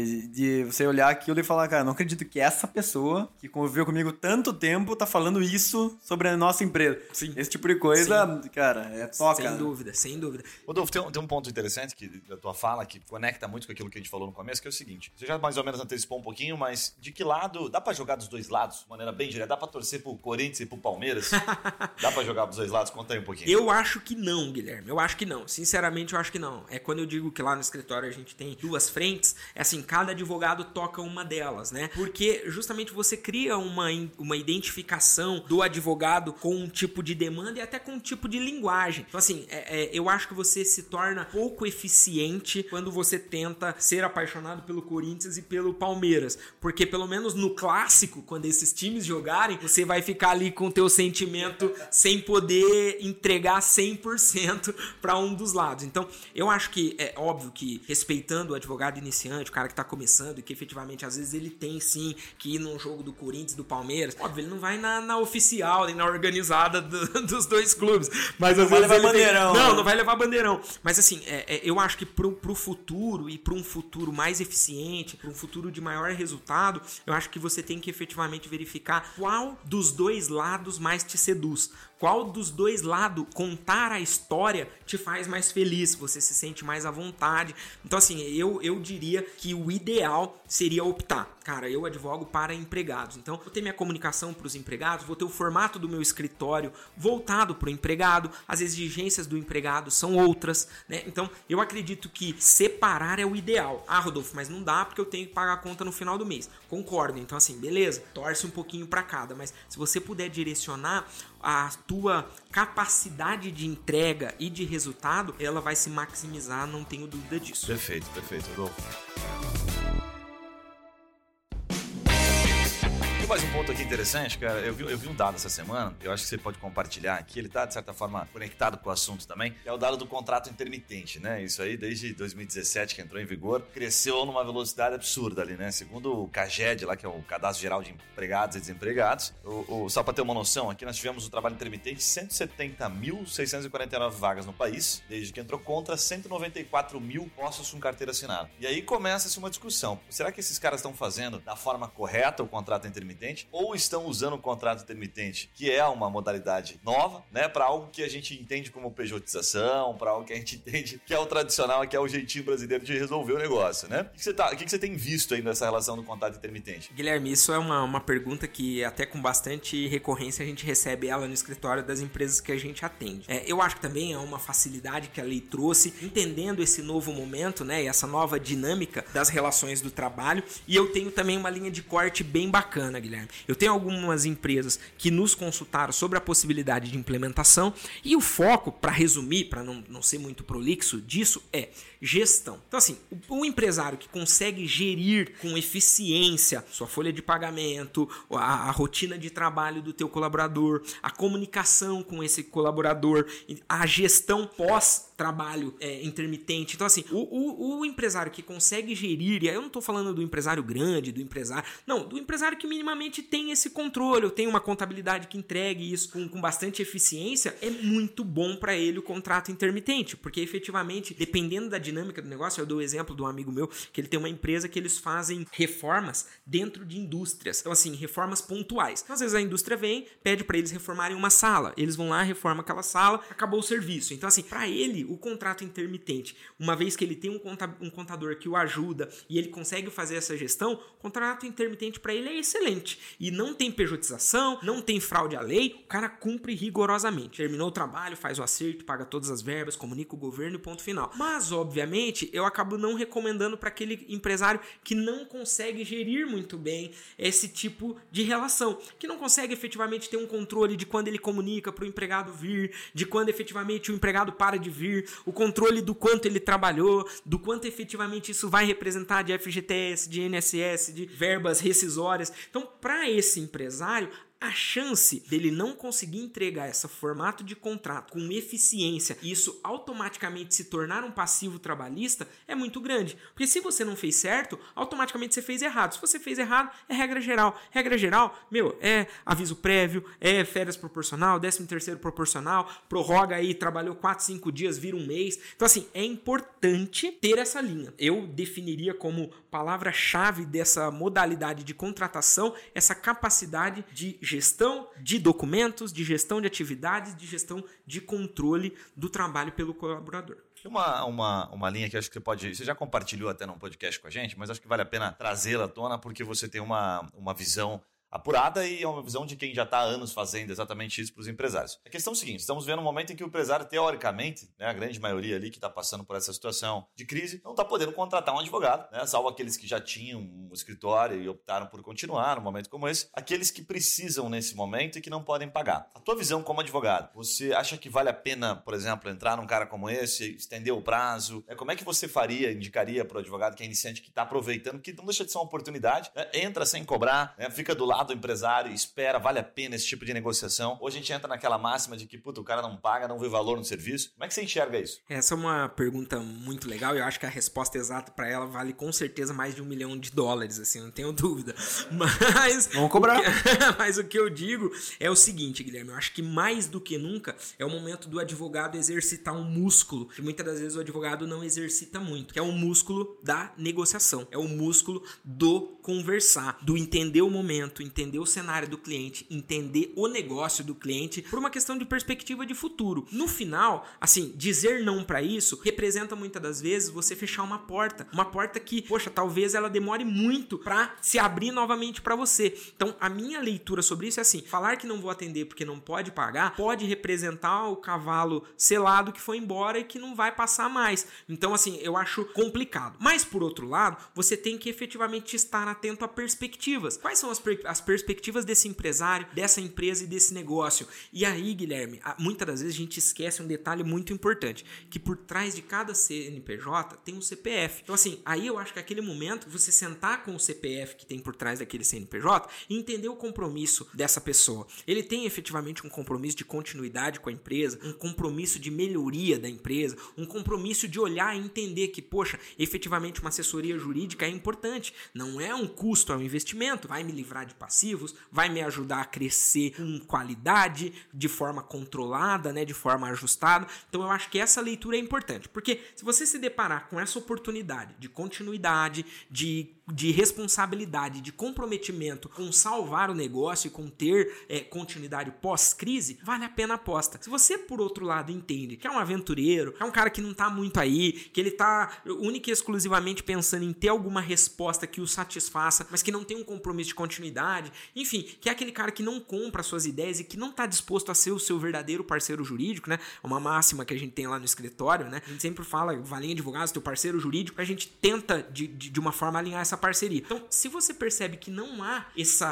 De você olhar aquilo e falar, cara, não acredito que essa pessoa que conviveu comigo tanto tempo tá falando isso sobre a nossa empresa. Sim. Esse tipo de coisa, cara, toca. Sem dúvida. Rodolfo, tem um ponto interessante da tua fala que conecta muito com aquilo que a gente falou no começo, que é o seguinte. Você já mais ou menos antecipou um pouquinho, mas de que lado... Dá pra jogar dos dois lados de maneira bem direta? Dá pra torcer pro Corinthians e pro Palmeiras? Dá pra jogar dos dois lados? Conta aí um pouquinho. Eu acho que não, Guilherme. Eu acho que não. Sinceramente, eu acho que não. É quando eu digo que lá no escritório a gente tem duas frentes, é assim, cada advogado toca uma delas, né? Porque justamente você cria uma identificação do advogado com um tipo de demanda e até com um tipo de linguagem. Então, assim, eu acho que você se torna pouco eficiente quando você tenta ser apaixonado pelo Corinthians e pelo Palmeiras. Porque, pelo menos no clássico, quando esses times jogarem, você vai ficar ali com o teu sentimento sem poder entregar 100% para um dos lados. Então, eu acho que é óbvio que, respeitando o advogado iniciante, o cara que tá começando e que efetivamente às vezes ele tem sim que ir num jogo do Corinthians, do Palmeiras, óbvio, ele não vai na oficial nem na organizada dos dois clubes, mas às vezes não vai levar bandeirão, mas assim, eu acho que pro futuro e para um futuro mais eficiente, para um futuro de maior resultado, eu acho que você tem que efetivamente verificar qual dos dois lados mais te seduz. Qual dos dois lados contar a história te faz mais feliz, você se sente mais à vontade. Então, assim, eu diria que o ideal seria optar. Cara, eu advogo para empregados. Então, vou ter minha comunicação para os empregados, vou ter o formato do meu escritório voltado para o empregado, as exigências do empregado são outras, né? Então, eu acredito que separar é o ideal. Ah, Rodolfo, mas não dá porque eu tenho que pagar a conta no final do mês. Concordo. Então, assim, beleza, torce um pouquinho para cada, mas se você puder direcionar a tua capacidade de entrega e de resultado, ela vai se maximizar, não tenho dúvida disso. Perfeito, Rodolfo. Tem mais um ponto aqui interessante, cara. Eu vi um dado essa semana, eu acho que você pode compartilhar aqui, ele tá, de certa forma, conectado com o assunto também, que é o dado do contrato intermitente, né? Isso aí, desde 2017, que entrou em vigor, cresceu numa velocidade absurda ali, né? Segundo o CAGED, lá, que é o Cadastro Geral de Empregados e Desempregados, só para ter uma noção, aqui nós tivemos o trabalho intermitente 170.649 vagas no país, desde que entrou, contra 194 mil postos com carteira assinada. E aí começa-se uma discussão. Será que esses caras estão fazendo da forma correta o contrato intermitente? Ou estão usando o contrato intermitente, que é uma modalidade nova, né, para algo que a gente entende como pejotização, para algo que a gente entende que é o tradicional, que é o jeitinho brasileiro de resolver o negócio, né? O que você tem visto aí nessa relação do contrato intermitente? Guilherme, isso é uma pergunta que até com bastante recorrência a gente recebe ela no escritório das empresas que a gente atende. Eu acho que também é uma facilidade que a lei trouxe, entendendo esse novo momento, né, e essa nova dinâmica das relações do trabalho, e eu tenho também uma linha de corte bem bacana, Guilherme. Eu tenho algumas empresas que nos consultaram sobre a possibilidade de implementação e o foco, para resumir, para não ser muito prolixo disso, é gestão. Então, assim, o empresário que consegue gerir com eficiência sua folha de pagamento, a rotina de trabalho do teu colaborador, a comunicação com esse colaborador, a gestão pós-trabalho intermitente. Então, assim, o empresário que consegue gerir, e aí eu não estou falando do empresário grande, do empresário que minimamente tem esse controle, eu tenho uma contabilidade que entregue isso com bastante eficiência, é muito bom para ele o contrato intermitente, porque efetivamente, dependendo da dinâmica do negócio, eu dou o exemplo de um amigo meu, que ele tem uma empresa que eles fazem reformas dentro de indústrias, então assim, reformas pontuais. Então, às vezes a indústria vem, pede para eles reformarem uma sala, eles vão lá, reformam aquela sala, acabou o serviço. Então assim, para ele, o contrato intermitente, uma vez que ele tem um contador que o ajuda e ele consegue fazer essa gestão, o contrato intermitente para ele é excelente. E não tem pejotização, não tem fraude à lei, o cara cumpre rigorosamente. Terminou o trabalho, faz o acerto, paga todas as verbas, comunica o governo e ponto final. Mas, obviamente, eu acabo não recomendando para aquele empresário que não consegue gerir muito bem esse tipo de relação, que não consegue efetivamente ter um controle de quando ele comunica para o empregado vir, de quando efetivamente o empregado para de vir, o controle do quanto ele trabalhou, do quanto efetivamente isso vai representar de FGTS, de INSS, de verbas rescisórias. Então, para esse empresário, a chance dele não conseguir entregar esse formato de contrato com eficiência e isso automaticamente se tornar um passivo trabalhista é muito grande. Porque se você não fez certo, automaticamente você fez errado. Se você fez errado, é regra geral. Regra geral, é aviso prévio, é férias proporcional, 13º proporcional, prorroga aí, trabalhou 4, 5 dias, vira um mês. Então assim, é importante ter essa linha. Eu definiria como palavra-chave dessa modalidade de contratação, essa capacidade de gestão de documentos, de gestão de atividades, de gestão de controle do trabalho pelo colaborador. Uma linha que acho que você já compartilhou até num podcast com a gente, mas acho que vale a pena trazê-la à tona porque você tem uma visão apurada e é uma visão de quem já está há anos fazendo exatamente isso para os empresários. A questão é o seguinte, estamos vendo um momento em que o empresário, teoricamente, né, a grande maioria ali que está passando por essa situação de crise, não está podendo contratar um advogado, né, salvo aqueles que já tinham um escritório e optaram por continuar num momento como esse, aqueles que precisam nesse momento e que não podem pagar. A tua visão como advogado, você acha que vale a pena, por exemplo, entrar num cara como esse, estender o prazo? Como é que você indicaria para o advogado que é iniciante, que está aproveitando, que não deixa de ser uma oportunidade, né, entra sem cobrar, né, fica do lado do empresário, espera, vale a pena esse tipo de negociação? Ou a gente entra naquela máxima de que, o cara não paga, não vê valor no serviço? Como é que você enxerga isso? Essa é uma pergunta muito legal e eu acho que a resposta exata para ela vale com certeza mais de $1 milhão, assim, não tenho dúvida. Mas... Vamos cobrar. Mas o que eu digo é o seguinte, Guilherme, eu acho que mais do que nunca é o momento do advogado exercitar um músculo que muitas das vezes o advogado não exercita muito, que é o músculo da negociação, é o músculo do conversar, do entender o momento, entender o cenário do cliente, entender o negócio do cliente por uma questão de perspectiva de futuro. No final, assim, dizer não para isso representa muitas das vezes você fechar uma porta que, talvez ela demore muito para se abrir novamente para você. Então, a minha leitura sobre isso é assim, falar que não vou atender porque não pode pagar, pode representar o cavalo selado que foi embora e que não vai passar mais. Então, assim, eu acho complicado. Mas, por outro lado, você tem que efetivamente estar atento a perspectivas. Quais são as perspectivas desse empresário, dessa empresa e desse negócio? E aí, Guilherme, muitas das vezes a gente esquece um detalhe muito importante, que por trás de cada CNPJ tem um CPF. Então, assim, aí eu acho que aquele momento você sentar com o CPF que tem por trás daquele CNPJ e entender o compromisso dessa pessoa. Ele tem efetivamente um compromisso de continuidade com a empresa, um compromisso de melhoria da empresa, um compromisso de olhar e entender que, efetivamente uma assessoria jurídica é importante. Não é um custo, é um investimento. Vai me livrar de passivos, vai me ajudar a crescer com qualidade, de forma controlada, né, de forma ajustada. Então eu acho que essa leitura é importante, porque se você se deparar com essa oportunidade de continuidade, de responsabilidade, de comprometimento com salvar o negócio e com ter continuidade pós-crise, vale a pena a aposta. Se você, por outro lado, entende que é um aventureiro, que é um cara que não tá muito aí, que ele tá única e exclusivamente pensando em ter alguma resposta que o satisfaça, mas que não tem um compromisso de continuidade, enfim, que é aquele cara que não compra suas ideias e que não tá disposto a ser o seu verdadeiro parceiro jurídico, né? Uma máxima que a gente tem lá no escritório, né? A gente sempre fala, Valinha Advogados, teu parceiro jurídico, a gente tenta de uma forma alinhar essa parceria. Então, se você percebe que não há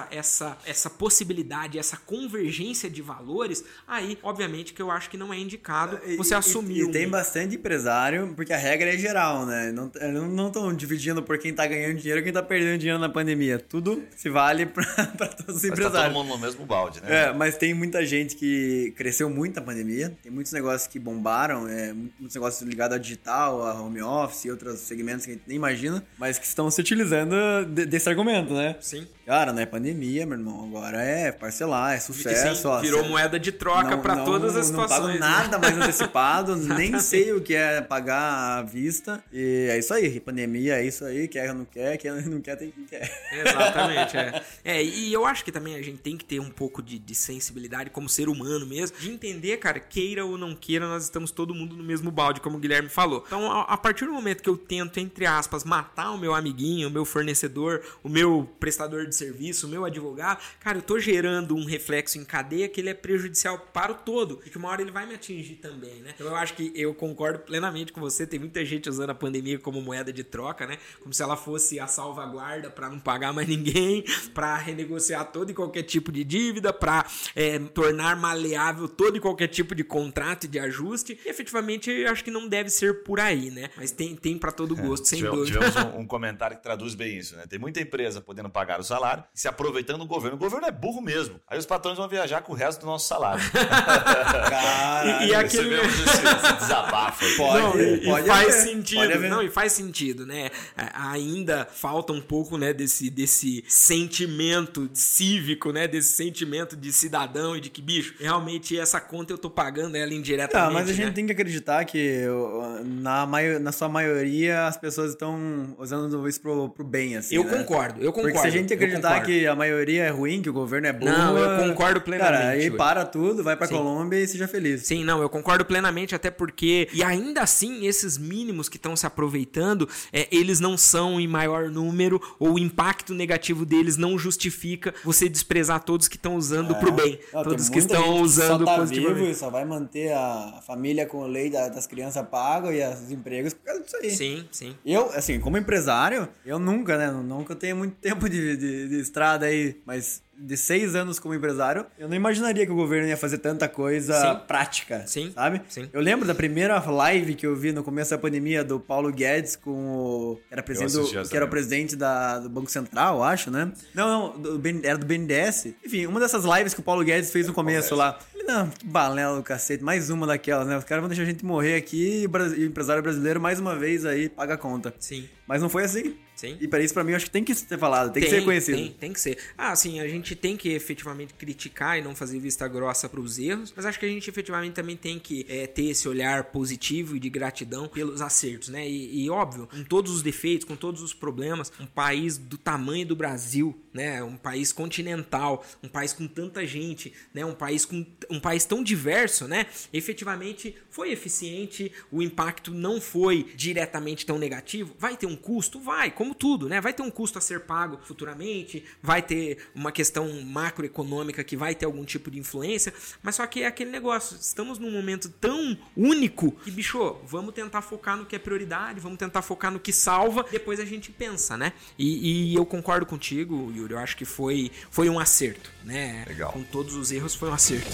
essa possibilidade, essa convergência de valores, aí, obviamente, que eu acho que não é indicado você assumir. E tem bastante empresário, porque a regra é geral, né? Não estão dividindo por quem tá ganhando dinheiro e quem tá perdendo dinheiro na pandemia. Tudo se vale para todos os empresários. Tá todo mundo no mesmo balde, né? Mas tem muita gente que cresceu muito na pandemia, tem muitos negócios que bombaram, muitos negócios ligados ao digital, a home office e outros segmentos que a gente nem imagina, mas que estão se utilizando desse argumento, né? Sim. Cara, não é pandemia, meu irmão. Agora é parcelar, é sucesso. Sim, virou moeda de troca para todas as situações. Não pago nada mais antecipado, nem sei o que é pagar à vista. E é isso aí, pandemia é isso aí, quer ou não quer, tem quem quer. Exatamente, e eu acho que também a gente tem que ter um pouco de sensibilidade como ser humano mesmo, de entender, cara, queira ou não queira, nós estamos todo mundo no mesmo balde, como o Guilherme falou. Então, a partir do momento que eu tento, entre aspas, matar o meu amiguinho, o meu fornecedor, o meu prestador de serviço, o meu advogado, cara, eu tô gerando um reflexo em cadeia que ele é prejudicial para o todo, e que uma hora ele vai me atingir também, né? Então eu acho que eu concordo plenamente com você, tem muita gente usando a pandemia como moeda de troca, né? Como se ela fosse a salvaguarda para não pagar mais ninguém, para renegociar todo e qualquer tipo de dívida, para tornar maleável todo e qualquer tipo de contrato e de ajuste, e efetivamente eu acho que não deve ser por aí, né? Mas tem para todo gosto, sem dúvida. Tivemos um comentário que traduz bem isso, né? Tem muita empresa podendo pagar o salário, salário, se aproveitando do governo. O governo é burro mesmo. Aí os patrões vão viajar com o resto do nosso salário. Caralho, e aquele... esse desabafo aí. Pode faz sentido. Não, e faz sentido, né? Ainda falta um pouco, né, desse sentimento cívico, né? Desse sentimento de cidadão e de que, bicho, realmente essa conta eu tô pagando ela indiretamente. Mas a gente né? tem que acreditar que na sua maioria as pessoas estão usando isso pro bem, assim. Eu concordo. Porque se a gente acreditar que a maioria é ruim, que o governo é burro... Não, eu concordo plenamente. Cara, aí para tudo, vai pra Colômbia e seja feliz. Sim, não, eu concordo plenamente, até porque... E ainda assim, esses mínimos que estão se aproveitando, eles não são em maior número, ou o impacto negativo deles não justifica você desprezar todos que estão usando pro bem. Todos que estão usando positivamente. Vivo, só vai manter a família com o leite das crianças pago e os empregos por causa disso aí. Sim. Eu, assim, como empresário, eu nunca, né? Nunca tenho muito tempo de estrada aí, mas de 6 anos como empresário, eu não imaginaria que o governo ia fazer tanta coisa prática, sabe? Sim. Eu lembro da primeira live que eu vi no começo da pandemia do Paulo Guedes com o... que era o presidente do Banco Central, eu acho, né? Não, era do BNDES. Enfim, uma dessas lives que o Paulo Guedes fez no começo lá. Não, que balela do cacete, mais uma daquelas, né? Os caras vão deixar a gente morrer aqui e o empresário brasileiro, mais uma vez, aí, paga a conta. Sim. Mas não foi assim. Sim. E para isso, pra mim, eu acho que tem que ser falado, tem que ser reconhecido. Tem que ser. Sim, a gente tem que efetivamente criticar e não fazer vista grossa pros erros, mas acho que a gente efetivamente também tem que ter esse olhar positivo e de gratidão pelos acertos, né? E óbvio, com todos os defeitos, com todos os problemas, um país do tamanho do Brasil, né? Um país continental, um país com tanta gente, né? Um país tão diverso, né? Efetivamente foi eficiente, o impacto não foi diretamente tão negativo. Vai ter um custo? Vai, como tudo, né? Vai ter um custo a ser pago futuramente, vai ter uma questão macroeconômica que vai ter algum tipo de influência, mas só que é aquele negócio, estamos num momento tão único que, bicho, vamos tentar focar no que é prioridade, vamos tentar focar no que salva, depois a gente pensa, né? E eu concordo contigo, Yuri, eu acho que foi um acerto, né? Legal. Com todos os erros foi um acerto.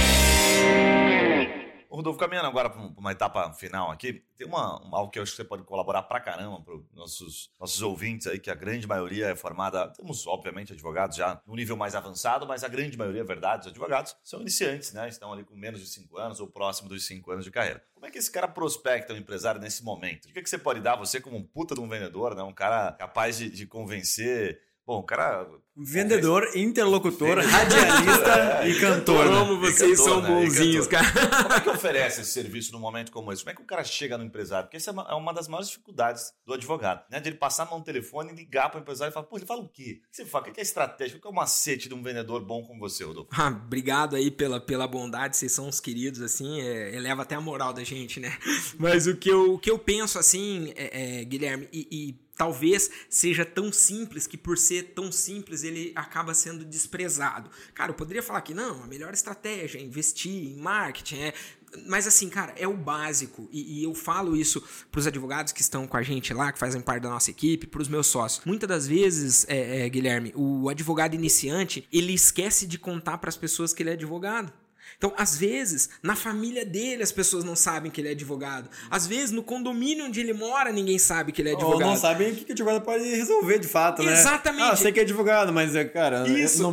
Rodolfo, caminhando agora para uma etapa final aqui, tem algo que eu acho que você pode colaborar pra caramba para os nossos ouvintes aí, que a grande maioria é formada, temos obviamente advogados já no nível mais avançado, mas a grande maioria, é verdade, dos advogados são iniciantes, né? Estão ali com menos de 5 anos ou próximo dos 5 anos de carreira. Como é que esse cara prospecta um empresário nesse momento? O que você pode dar, você como um puta de um vendedor, né? Um cara capaz de convencer... Bom, o cara... Vendedor, interlocutor, radialista e cantor. Como vocês são bonzinhos, cara. Como é que oferece esse serviço num momento como esse? Como é que o cara chega no empresário? Porque essa é uma das maiores dificuldades do advogado, né? De ele passar a mão no telefone e ligar para o empresário e falar, ele fala o quê? O que você fala? O que é estratégia? O que é o macete de um vendedor bom como você, Rodolfo? Obrigado aí pela bondade, vocês são uns queridos, assim, eleva até a moral da gente, né? Mas o que eu penso, assim, Guilherme, e talvez seja tão simples que por ser tão simples ele acaba sendo desprezado. Cara, eu poderia falar que não, a melhor estratégia é investir em marketing, mas assim, cara, é o básico e eu falo isso pros advogados que estão com a gente lá, que fazem parte da nossa equipe, pros meus sócios. Muitas das vezes, Guilherme, o advogado iniciante, ele esquece de contar pras pessoas que ele é advogado. Então, às vezes, na família dele as pessoas não sabem que ele é advogado. Às vezes, no condomínio onde ele mora, ninguém sabe que ele é advogado. Ou não sabem o que o advogado pode resolver de fato, né? Exatamente. Eu sei que é advogado, mas, cara,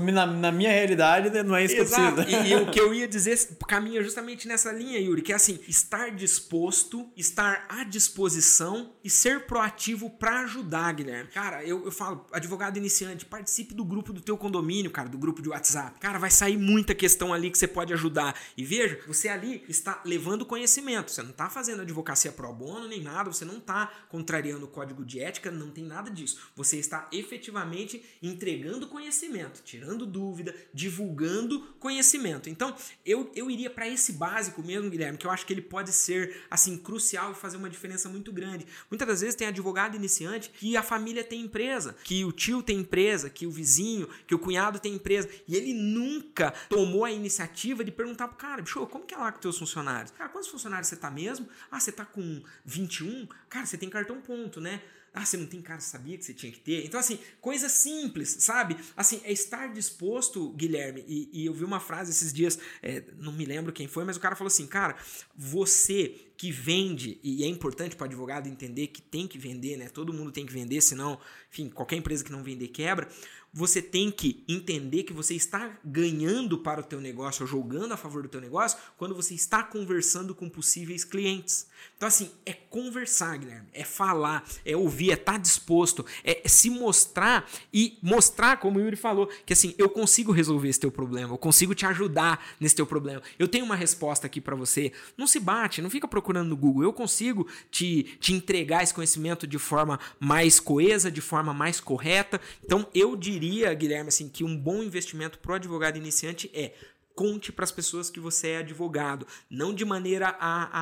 na minha realidade não é isso que eu preciso. E o que eu ia dizer caminha justamente nessa linha, Yuri, que é assim, estar disposto, estar à disposição e ser proativo pra ajudar, Guilherme. Cara, eu falo, advogado iniciante, participe do grupo do teu condomínio, cara, do grupo de WhatsApp. Cara, vai sair muita questão ali que você pode ajudar. E veja, você ali está levando conhecimento, você não está fazendo advocacia pro bono nem nada, você não está contrariando o código de ética, não tem nada disso. Você está efetivamente entregando conhecimento, tirando dúvida, divulgando conhecimento. Então, eu iria para esse básico mesmo, Guilherme, que eu acho que ele pode ser, assim, crucial e fazer uma diferença muito grande. Muitas das vezes tem advogado iniciante que a família tem empresa, que o tio tem empresa, que o vizinho, que o cunhado tem empresa, e ele nunca tomou a iniciativa de perguntar pro cara, bicho, como que é lá com teus funcionários? Cara, quantos funcionários você tá mesmo? Você tá com 21? Cara, você tem cartão ponto, né? Você não tem cara, sabia que você tinha que ter? Então, assim, coisa simples, sabe? Assim, é estar disposto, Guilherme, e eu vi uma frase esses dias, não me lembro quem foi, mas o cara falou assim, cara, você que vende, e é importante para o advogado entender que tem que vender, né? Todo mundo tem que vender, senão, enfim, qualquer empresa que não vender quebra. Você tem que entender que você está ganhando para o teu negócio, ou jogando a favor do teu negócio, quando você está conversando com possíveis clientes. Então, assim, é conversar, Guilherme, é falar, é ouvir, é estar disposto, é se mostrar e mostrar, como o Yuri falou, que assim, eu consigo resolver esse teu problema, eu consigo te ajudar nesse teu problema. Eu tenho uma resposta aqui para você. Não se bate, não fica procurando no Google. Eu consigo te entregar esse conhecimento de forma mais coesa, de forma mais correta. Então, eu diria, Guilherme, assim, que um bom investimento para o advogado iniciante é: conte para as pessoas que você é advogado, não de maneira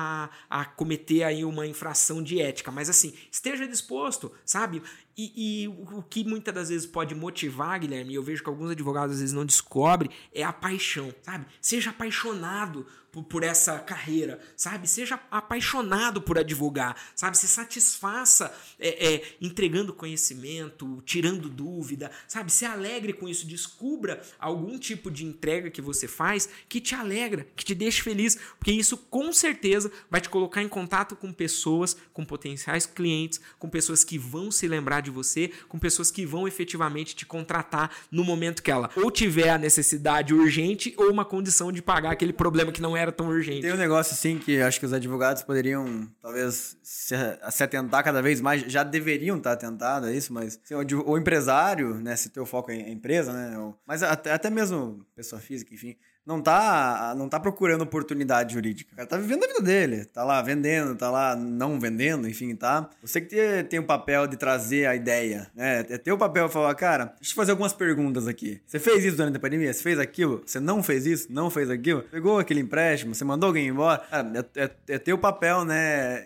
a cometer aí uma infração de ética, mas assim, esteja disposto, sabe? E o que muitas das vezes pode motivar, Guilherme, e eu vejo que alguns advogados às vezes não descobrem, é a paixão, sabe? Seja apaixonado por essa carreira, sabe? Seja apaixonado por advogar, sabe? Se satisfaça entregando conhecimento, tirando dúvida, sabe? Se alegre com isso, descubra algum tipo de entrega que você faz que te alegra, que te deixe feliz, porque isso com certeza vai te colocar em contato com pessoas, com potenciais clientes, com pessoas que vão se lembrar de você, com pessoas que vão efetivamente te contratar no momento que ela ou tiver a necessidade urgente ou uma condição de pagar aquele problema que não era tão urgente. Tem um negócio assim que acho que os advogados poderiam talvez se atentar cada vez mais, já deveriam estar atentados a isso, mas assim, o empresário, né, se teu foco é empresa, né, mas até mesmo pessoa física, enfim, não tá procurando oportunidade jurídica. O cara tá vivendo a vida dele, tá lá vendendo, tá lá não vendendo, enfim, tá? Você que tem o papel de trazer a ideia, né? É teu papel falar, cara, deixa eu te fazer algumas perguntas aqui. Você fez isso durante a pandemia? Você fez aquilo? Você não fez isso? Não fez aquilo? Pegou aquele empréstimo? Você mandou alguém embora? Cara, é teu papel, né?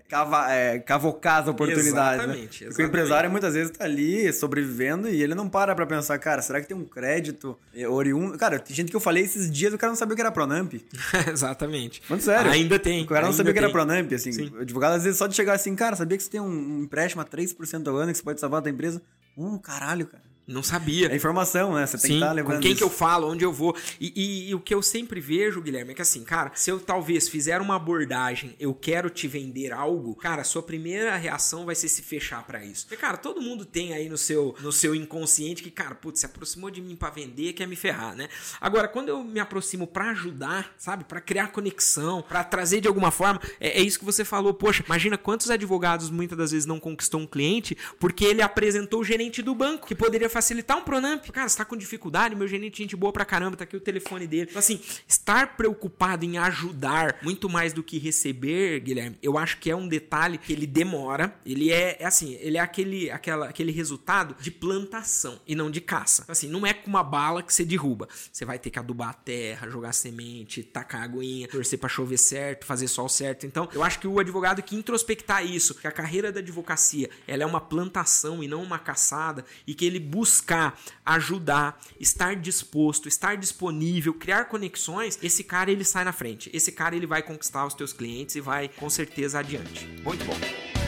Cavocar as oportunidades. Exatamente. Porque o empresário muitas vezes tá ali sobrevivendo e ele não para pra pensar, cara, será que tem um crédito oriundo? Cara, tem gente que eu falei esses dias, o cara não sabia o que era Pronamp. Exatamente. Muito sério. Ainda tem. O cara não sabia o que era Pronamp, assim. Sim. O advogado, às vezes, só de chegar assim, cara, sabia que você tem um empréstimo a 3% ao ano que você pode salvar a tua empresa? Caralho, cara. Não sabia. É informação, né? Você tem que estar levando com quem isso. que eu falo, onde eu vou. E o que eu sempre vejo, Guilherme, é que assim, cara, se eu talvez fizer uma abordagem, eu quero te vender algo, cara, a sua primeira reação vai ser se fechar pra isso. Porque, cara, todo mundo tem aí no seu inconsciente que, cara, putz, se aproximou de mim pra vender, quer me ferrar, né? Agora, quando eu me aproximo pra ajudar, sabe? Pra criar conexão, pra trazer de alguma forma, é isso que você falou. Poxa, imagina quantos advogados muitas das vezes não conquistou um cliente porque ele apresentou o gerente do banco, que poderia facilitar um Pronamp. Cara, você tá com dificuldade, meu gerente, gente boa pra caramba, tá aqui o telefone dele. Então, assim, estar preocupado em ajudar muito mais do que receber, Guilherme, eu acho que é um detalhe que ele demora. Ele ele é aquele resultado de plantação e não de caça. Então, assim, não é com uma bala que você derruba. Você vai ter que adubar a terra, jogar semente, tacar aguinha, torcer pra chover certo, fazer sol certo. Então, eu acho que o advogado que introspectar isso, que a carreira da advocacia, ela é uma plantação e não uma caçada, e que ele buscar ajudar, estar disposto, estar disponível, criar conexões, esse cara ele sai na frente. Esse cara ele vai conquistar os teus clientes e vai com certeza adiante. Muito bom.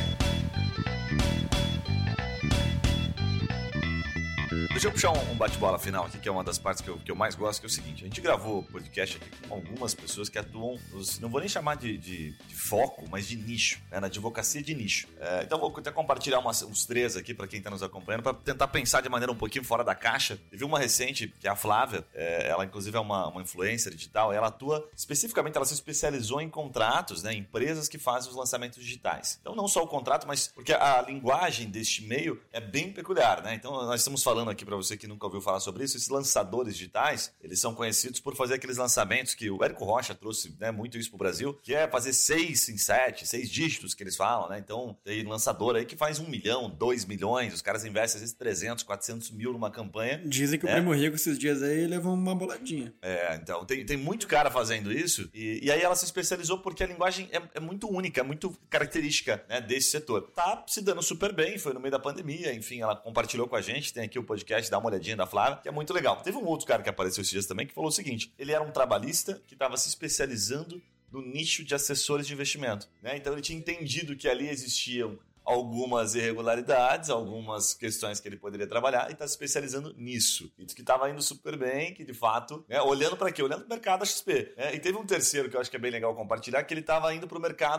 Deixa eu puxar um bate-bola final aqui, que é uma das partes que eu mais gosto, que é o seguinte: a gente gravou podcast aqui com algumas pessoas que atuam, não vou nem chamar de foco, mas de nicho, né, na advocacia de nicho. Então vou até compartilhar uns 3 aqui para quem está nos acompanhando, para tentar pensar de maneira um pouquinho fora da caixa. Teve uma recente, que é a Flávia, ela inclusive é uma influencer digital, ela atua especificamente, ela se especializou em contratos, né, empresas que fazem os lançamentos digitais. Então não só o contrato, mas porque a linguagem deste meio é bem peculiar, né? Então nós estamos falando aqui, para você que nunca ouviu falar sobre isso, esses lançadores digitais, eles são conhecidos por fazer aqueles lançamentos que o Érico Rocha trouxe, né, muito isso pro Brasil, que é fazer 6 em 7, 6 dígitos que eles falam, né? Então tem lançador aí que faz 1 milhão, 2 milhões, os caras investem às vezes 300, 400 mil numa campanha. Dizem que o Primo Rico esses dias aí levou uma boladinha. Então tem muito cara fazendo isso, e aí ela se especializou porque a linguagem é muito única, é muito característica, né, desse setor. Tá se dando super bem, foi no meio da pandemia, enfim, ela compartilhou com a gente, tem aqui o podcast, dá uma olhadinha da Flávia, que é muito legal. Teve um outro cara que apareceu esses dias também, que falou o seguinte: ele era um trabalhista que estava se especializando no nicho de assessores de investimento, né? Então ele tinha entendido que ali existiam algumas irregularidades, algumas questões que ele poderia trabalhar, e está se especializando nisso. E que estava indo super bem, que de fato, né, olhando para quê? Olhando para o mercado XP. Né? E teve um terceiro que eu acho que é bem legal compartilhar, que ele estava indo para o mercado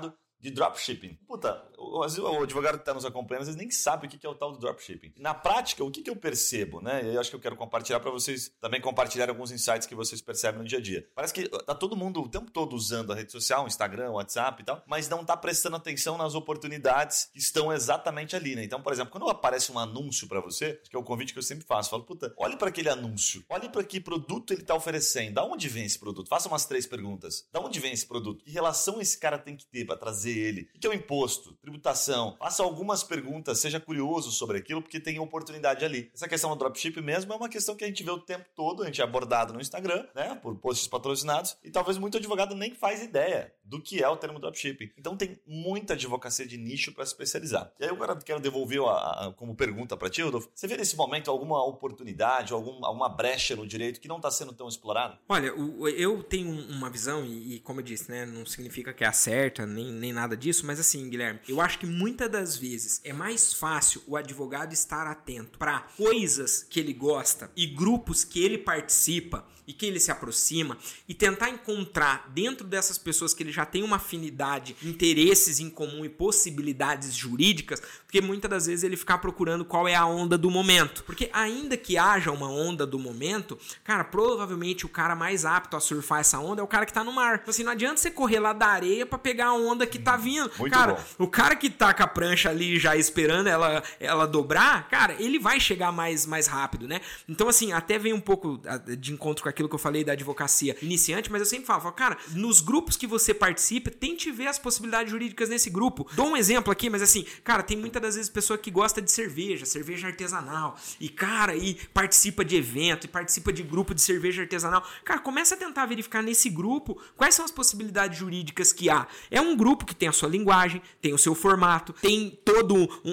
de dropshipping. Puta, o advogado que está nos acompanhando, às vezes nem sabe o que é o tal do dropshipping. Na prática, o que eu percebo, né? E eu acho que eu quero compartilhar para vocês também compartilhar alguns insights que vocês percebem no dia a dia. Parece que tá todo mundo o tempo todo usando a rede social, Instagram, WhatsApp e tal, mas não tá prestando atenção nas oportunidades que estão exatamente ali, né? Então, por exemplo, quando aparece um anúncio para você, que é o convite que eu sempre faço, falo, puta, olhe para aquele anúncio, olhe para que produto ele tá oferecendo, da onde vem esse produto? Faça umas 3 perguntas. Da onde vem esse produto? Que relação esse cara tem que ter para trazer ele? O que é o imposto? Tributação? Faça algumas perguntas, seja curioso sobre aquilo, porque tem oportunidade ali. Essa questão do dropship mesmo é uma questão que a gente vê o tempo todo, a gente é abordado no Instagram, né, por posts patrocinados, e talvez muito advogado nem faz ideia do que é o termo dropshipping. Então tem muita advocacia de nicho para se especializar. E aí eu agora quero devolver como pergunta para ti, Rodolfo. Você vê nesse momento alguma oportunidade, alguma brecha no direito que não está sendo tão explorado? Olha, eu tenho uma visão, e como eu disse, né, não significa que é a certa, nem nada disso, mas assim, Guilherme, eu acho que muitas das vezes é mais fácil o advogado estar atento para coisas que ele gosta e grupos que ele participa e que ele se aproxima e tentar encontrar dentro dessas pessoas que ele já tem uma afinidade, interesses em comum e possibilidades jurídicas, porque muitas das vezes ele ficar procurando qual é a onda do momento. Porque ainda que haja uma onda do momento, cara, provavelmente o cara mais apto a surfar essa onda é o cara que tá no mar. Então, assim, não adianta você correr lá da areia pra pegar a onda que tá vindo. Muito cara, bom. O cara que tá com a prancha ali já esperando ela dobrar, cara, ele vai chegar mais rápido, né? Então, assim, até vem um pouco de encontro com aquilo que eu falei da advocacia iniciante, mas eu sempre falo, cara, nos grupos que você participa, tente ver as possibilidades jurídicas nesse grupo. Dou um exemplo aqui, mas assim, cara, tem muitas das vezes pessoa que gosta de cerveja artesanal, e cara, e participa de evento, e participa de grupo de cerveja artesanal. Cara, começa a tentar verificar nesse grupo quais são as possibilidades jurídicas que há. É um grupo que tem a sua linguagem, tem o seu formato, tem todo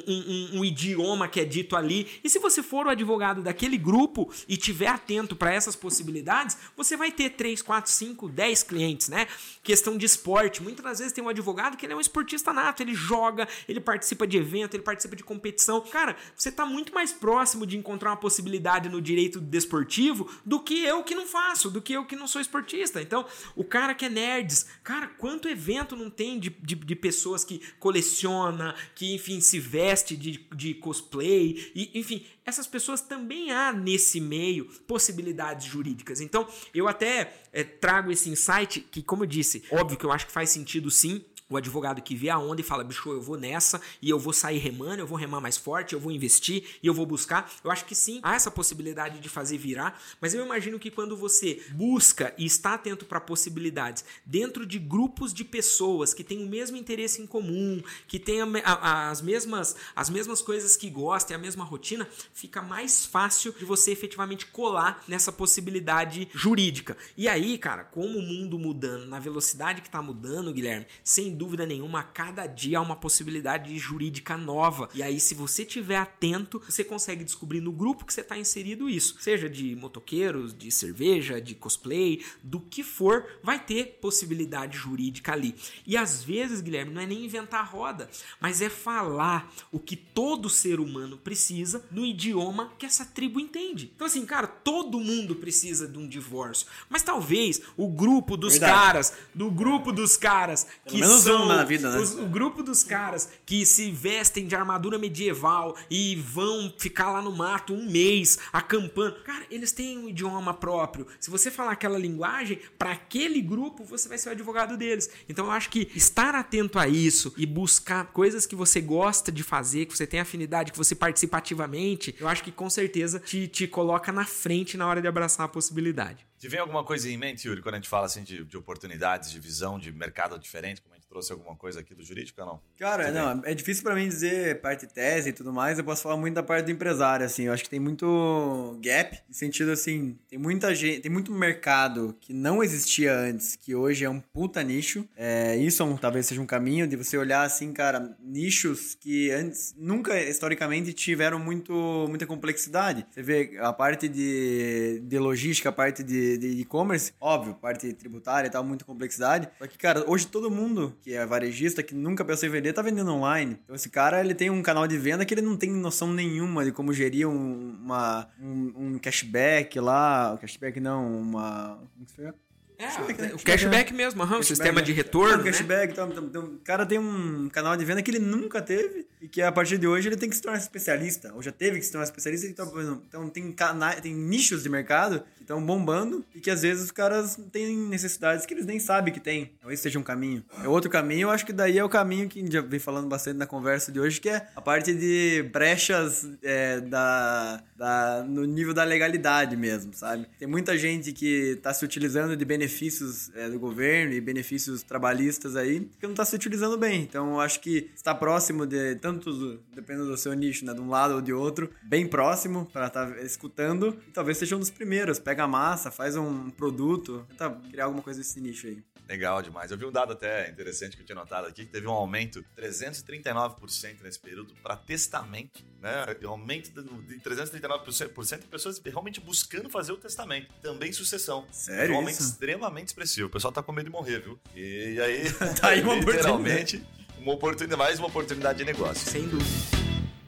um idioma que é dito ali, e se você for o advogado daquele grupo e tiver atento para essas possibilidades, você vai ter 3, 4, 5, 10 clientes, né? Questão de esporte, muitas das vezes tem um advogado que ele é um esportista nato, ele joga, ele participa de evento, ele participa de competição. Cara, você tá muito mais próximo de encontrar uma possibilidade no direito desportivo do que eu que não faço, do que eu que não sou esportista. Então, o cara que é nerds, cara, quanto evento não tem de pessoas que coleciona, que, enfim, se veste de cosplay, e, enfim, essas pessoas também há nesse meio possibilidades jurídicas. Então, eu até trago esse insight que, como eu disse, óbvio que eu acho que faz sentido sim, o advogado que vê a onda e fala, bicho, eu vou nessa e eu vou sair remando, eu vou remar mais forte, eu vou investir e eu vou buscar. Eu acho que sim, há essa possibilidade de fazer virar, mas eu imagino que quando você busca e está atento para possibilidades dentro de grupos de pessoas que têm o mesmo interesse em comum, que têm as mesmas coisas que gostam e a mesma rotina, fica mais fácil de você efetivamente colar nessa possibilidade jurídica. E aí, cara, como o mundo mudando, na velocidade que está mudando, Guilherme, sem dúvida nenhuma, a cada dia há uma possibilidade jurídica nova. E aí, se você estiver atento, você consegue descobrir no grupo que você está inserido isso. Seja de motoqueiros, de cerveja, de cosplay, do que for, vai ter possibilidade jurídica ali. E às vezes, Guilherme, não é nem inventar a roda, mas é falar o que todo ser humano precisa no idioma que essa tribo entende. Então assim, cara, todo mundo precisa de um divórcio, mas talvez o grupo dos caras que são na vida, né? o grupo dos caras que se vestem de armadura medieval e vão ficar lá no mato um mês acampando, cara, eles têm um idioma próprio. Se você falar aquela linguagem, para aquele grupo, você vai ser o advogado deles. Então eu acho que estar atento a isso e buscar coisas que você gosta de fazer, que você tem afinidade, que você participa ativamente, eu acho que com certeza te coloca na frente na hora de abraçar a possibilidade. Te vem alguma coisa em mente, Yuri, quando a gente fala assim de oportunidades, de visão, de mercado diferente, como a gente trouxe alguma coisa aqui do jurídico ou não? Cara, não, é difícil pra mim dizer parte tese e tudo mais, eu posso falar muito da parte do empresário, assim, eu acho que tem muito gap, no sentido assim, tem muita gente, tem muito mercado que não existia antes, que hoje é um puta nicho, isso talvez seja um caminho de você olhar assim, cara, nichos que antes nunca historicamente tiveram muita complexidade. Você vê a parte de logística, a parte de e-commerce, óbvio, parte tributária e tal, muita complexidade. Só que, cara, hoje todo mundo que é varejista, que nunca pensou em vender, tá vendendo online. Então esse cara, ele tem um canal de venda que ele não tem noção nenhuma de como gerir um cashback lá, cashback não, como que foi? O cashback mesmo, o sistema de retorno, né? Cashback, então, o cara tem um canal de venda que ele nunca teve e que a partir de hoje ele tem que se tornar especialista, ou já teve que se tornar especialista. Então tem nichos de mercado que estão bombando e que às vezes os caras têm necessidades que eles nem sabem que tem. Talvez seja um caminho. É outro caminho, eu acho que daí é o caminho que a gente já vem falando bastante na conversa de hoje, que é a parte de brechas no nível da legalidade mesmo, sabe? Tem muita gente que está se utilizando de benefícios do governo e benefícios trabalhistas aí, que não está se utilizando bem. Então, eu acho que está próximo de, tanto dependendo do seu nicho, né, de um lado ou de outro, bem próximo para estar escutando, e talvez seja um dos primeiros. Pega a massa, faz um produto, tenta criar alguma coisa desse nicho aí. Legal demais. Eu vi um dado até interessante que eu tinha notado aqui, que teve um aumento de 339% nesse período para testamento, né? Um aumento de 339% de pessoas realmente buscando fazer o testamento. Também sucessão. Sério? Um aumento extremamente expressivo. O pessoal tá com medo de morrer, viu? E aí, tá aí uma literalmente, mais uma oportunidade de negócio. Sem dúvida.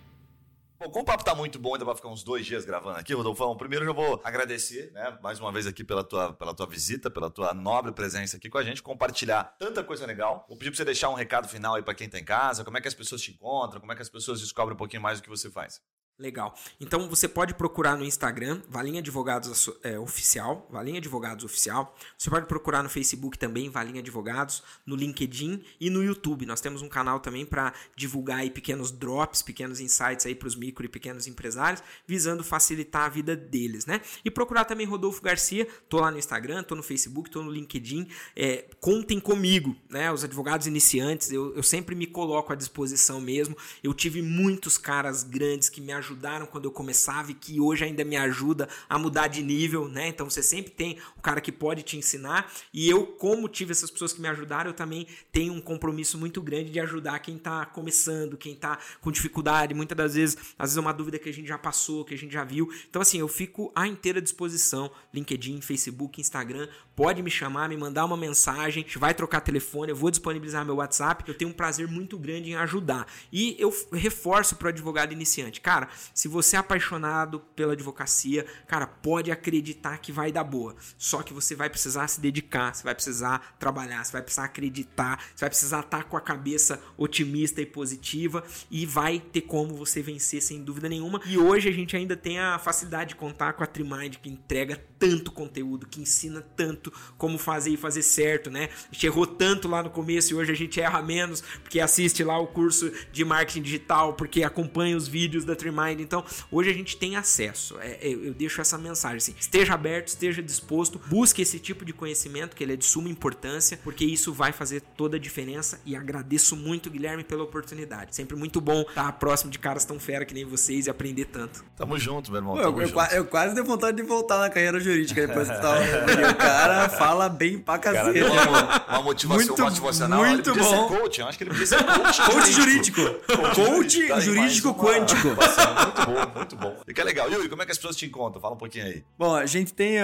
Bom, como o papo tá muito bom, ainda vai ficar uns 2 dias gravando aqui, Rodolfão, primeiro eu vou agradecer, né, mais uma vez aqui pela tua visita, pela tua nobre presença aqui com a gente, compartilhar tanta coisa legal. Vou pedir pra você deixar um recado final aí pra quem tá em casa, como é que as pessoas te encontram, como é que as pessoas descobrem um pouquinho mais do que você faz. Legal. Então você pode procurar no Instagram, Valinha Advogados Oficial, Valinha Advogados Oficial. Você pode procurar no Facebook também, Valinha Advogados, no LinkedIn e no YouTube. Nós temos um canal também para divulgar aí pequenos drops, pequenos insights aí para os micro e pequenos empresários, visando facilitar a vida deles, né? E procurar também Rodolfo Garcia. Tô lá no Instagram, tô no Facebook, tô no LinkedIn. Contem comigo, né? Os advogados iniciantes, eu sempre me coloco à disposição mesmo. Eu tive muitos caras grandes que me ajudaram quando eu começava e que hoje ainda me ajuda a mudar de nível, né? Então você sempre tem o cara que pode te ensinar, e eu, como tive essas pessoas que me ajudaram, eu também tenho um compromisso muito grande de ajudar quem tá começando, quem tá com dificuldade, muitas das vezes é uma dúvida que a gente já passou, que a gente já viu. Então assim, eu fico à inteira disposição, LinkedIn, Facebook, Instagram, pode me chamar, me mandar uma mensagem, a gente vai trocar telefone, eu vou disponibilizar meu WhatsApp, eu tenho um prazer muito grande em ajudar. E eu reforço pro advogado iniciante, cara, se você é apaixonado pela advocacia, cara, pode acreditar que vai dar boa. Só que você vai precisar se dedicar, você vai precisar trabalhar, você vai precisar acreditar, você vai precisar estar com a cabeça otimista e positiva, e vai ter como você vencer sem dúvida nenhuma. E hoje a gente ainda tem a facilidade de contar com a Trimind, que entrega tanto conteúdo, que ensina tanto como fazer e fazer certo, né? A gente errou tanto lá no começo e hoje a gente erra menos, porque assiste lá o curso de marketing digital, porque acompanha os vídeos da Trimind. Então, hoje a gente tem acesso. Eu deixo essa mensagem assim: esteja aberto, esteja disposto, busque esse tipo de conhecimento, que ele é de suma importância, porque isso vai fazer toda a diferença. E agradeço muito, Guilherme, pela oportunidade. Sempre muito bom estar próximo de caras tão fera que nem vocês e aprender tanto. Tamo junto, meu irmão. Eu quase dei vontade de voltar na carreira jurídica depois que tava. O cara fala bem pra cacete. Uma motivação motivacional. Muito ele bom. Ser coach. Eu acho que ele podia ser coach. Coach jurídico. Coach jurídico quântico. Muito bom, muito bom. E que é legal. Yuri, como é que as pessoas te encontram? Fala um pouquinho aí. Bom, a gente tem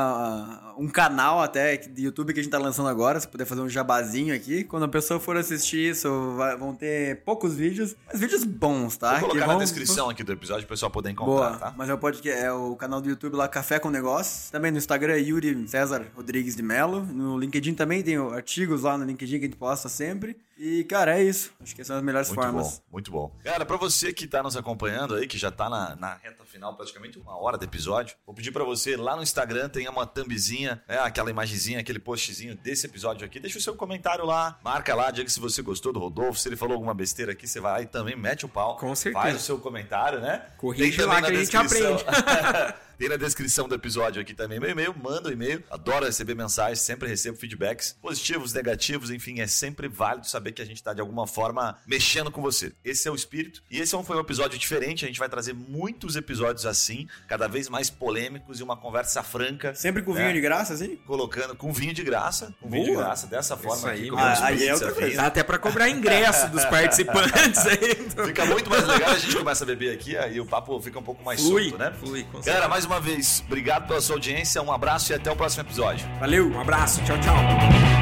um canal até de YouTube que a gente tá lançando agora, se puder fazer um jabazinho aqui. Quando a pessoa for assistir isso, vão ter poucos vídeos, mas vídeos bons, tá? Vou colocar na descrição aqui do episódio pro pessoal poder encontrar, boa, tá? Mas é o canal do YouTube lá, Café com Negócios. Também no Instagram, Yuri César Rodrigues de Mello. No LinkedIn também tem artigos lá no LinkedIn que a gente posta sempre. E, cara, é isso. Acho que são as melhores formas. Muito bom. Cara, pra você que tá nos acompanhando aí, que já tá na reta final, praticamente 1 hora do episódio, vou pedir pra você, lá no Instagram, tem uma thumbzinha, aquela imagenzinha, aquele postzinho desse episódio aqui. Deixa o seu comentário lá, marca lá, diga se você gostou do Rodolfo, se ele falou alguma besteira aqui, você vai aí também, mete o pau. Com certeza. Faz o seu comentário, né? Corrige lá que a gente aprende. Tem na descrição do episódio aqui também meu e-mail, manda um e-mail, adoro receber mensagens, sempre recebo feedbacks positivos, negativos, enfim, é sempre válido saber que a gente tá de alguma forma mexendo com você. Esse é o espírito, e esse foi um episódio diferente, a gente vai trazer muitos episódios assim, cada vez mais polêmicos e uma conversa franca. Sempre com vinho de graça, assim? Colocando com vinho de graça, dessa forma aí, aqui. Aí é outra coisa. Dá até pra cobrar ingresso dos participantes aí. Então. Fica muito mais legal, a gente começa a beber aqui, aí o papo fica um pouco mais solto, né? Com Cara, mais uma vez, obrigado pela sua audiência, um abraço e até o próximo episódio. Valeu, um abraço, tchau, tchau.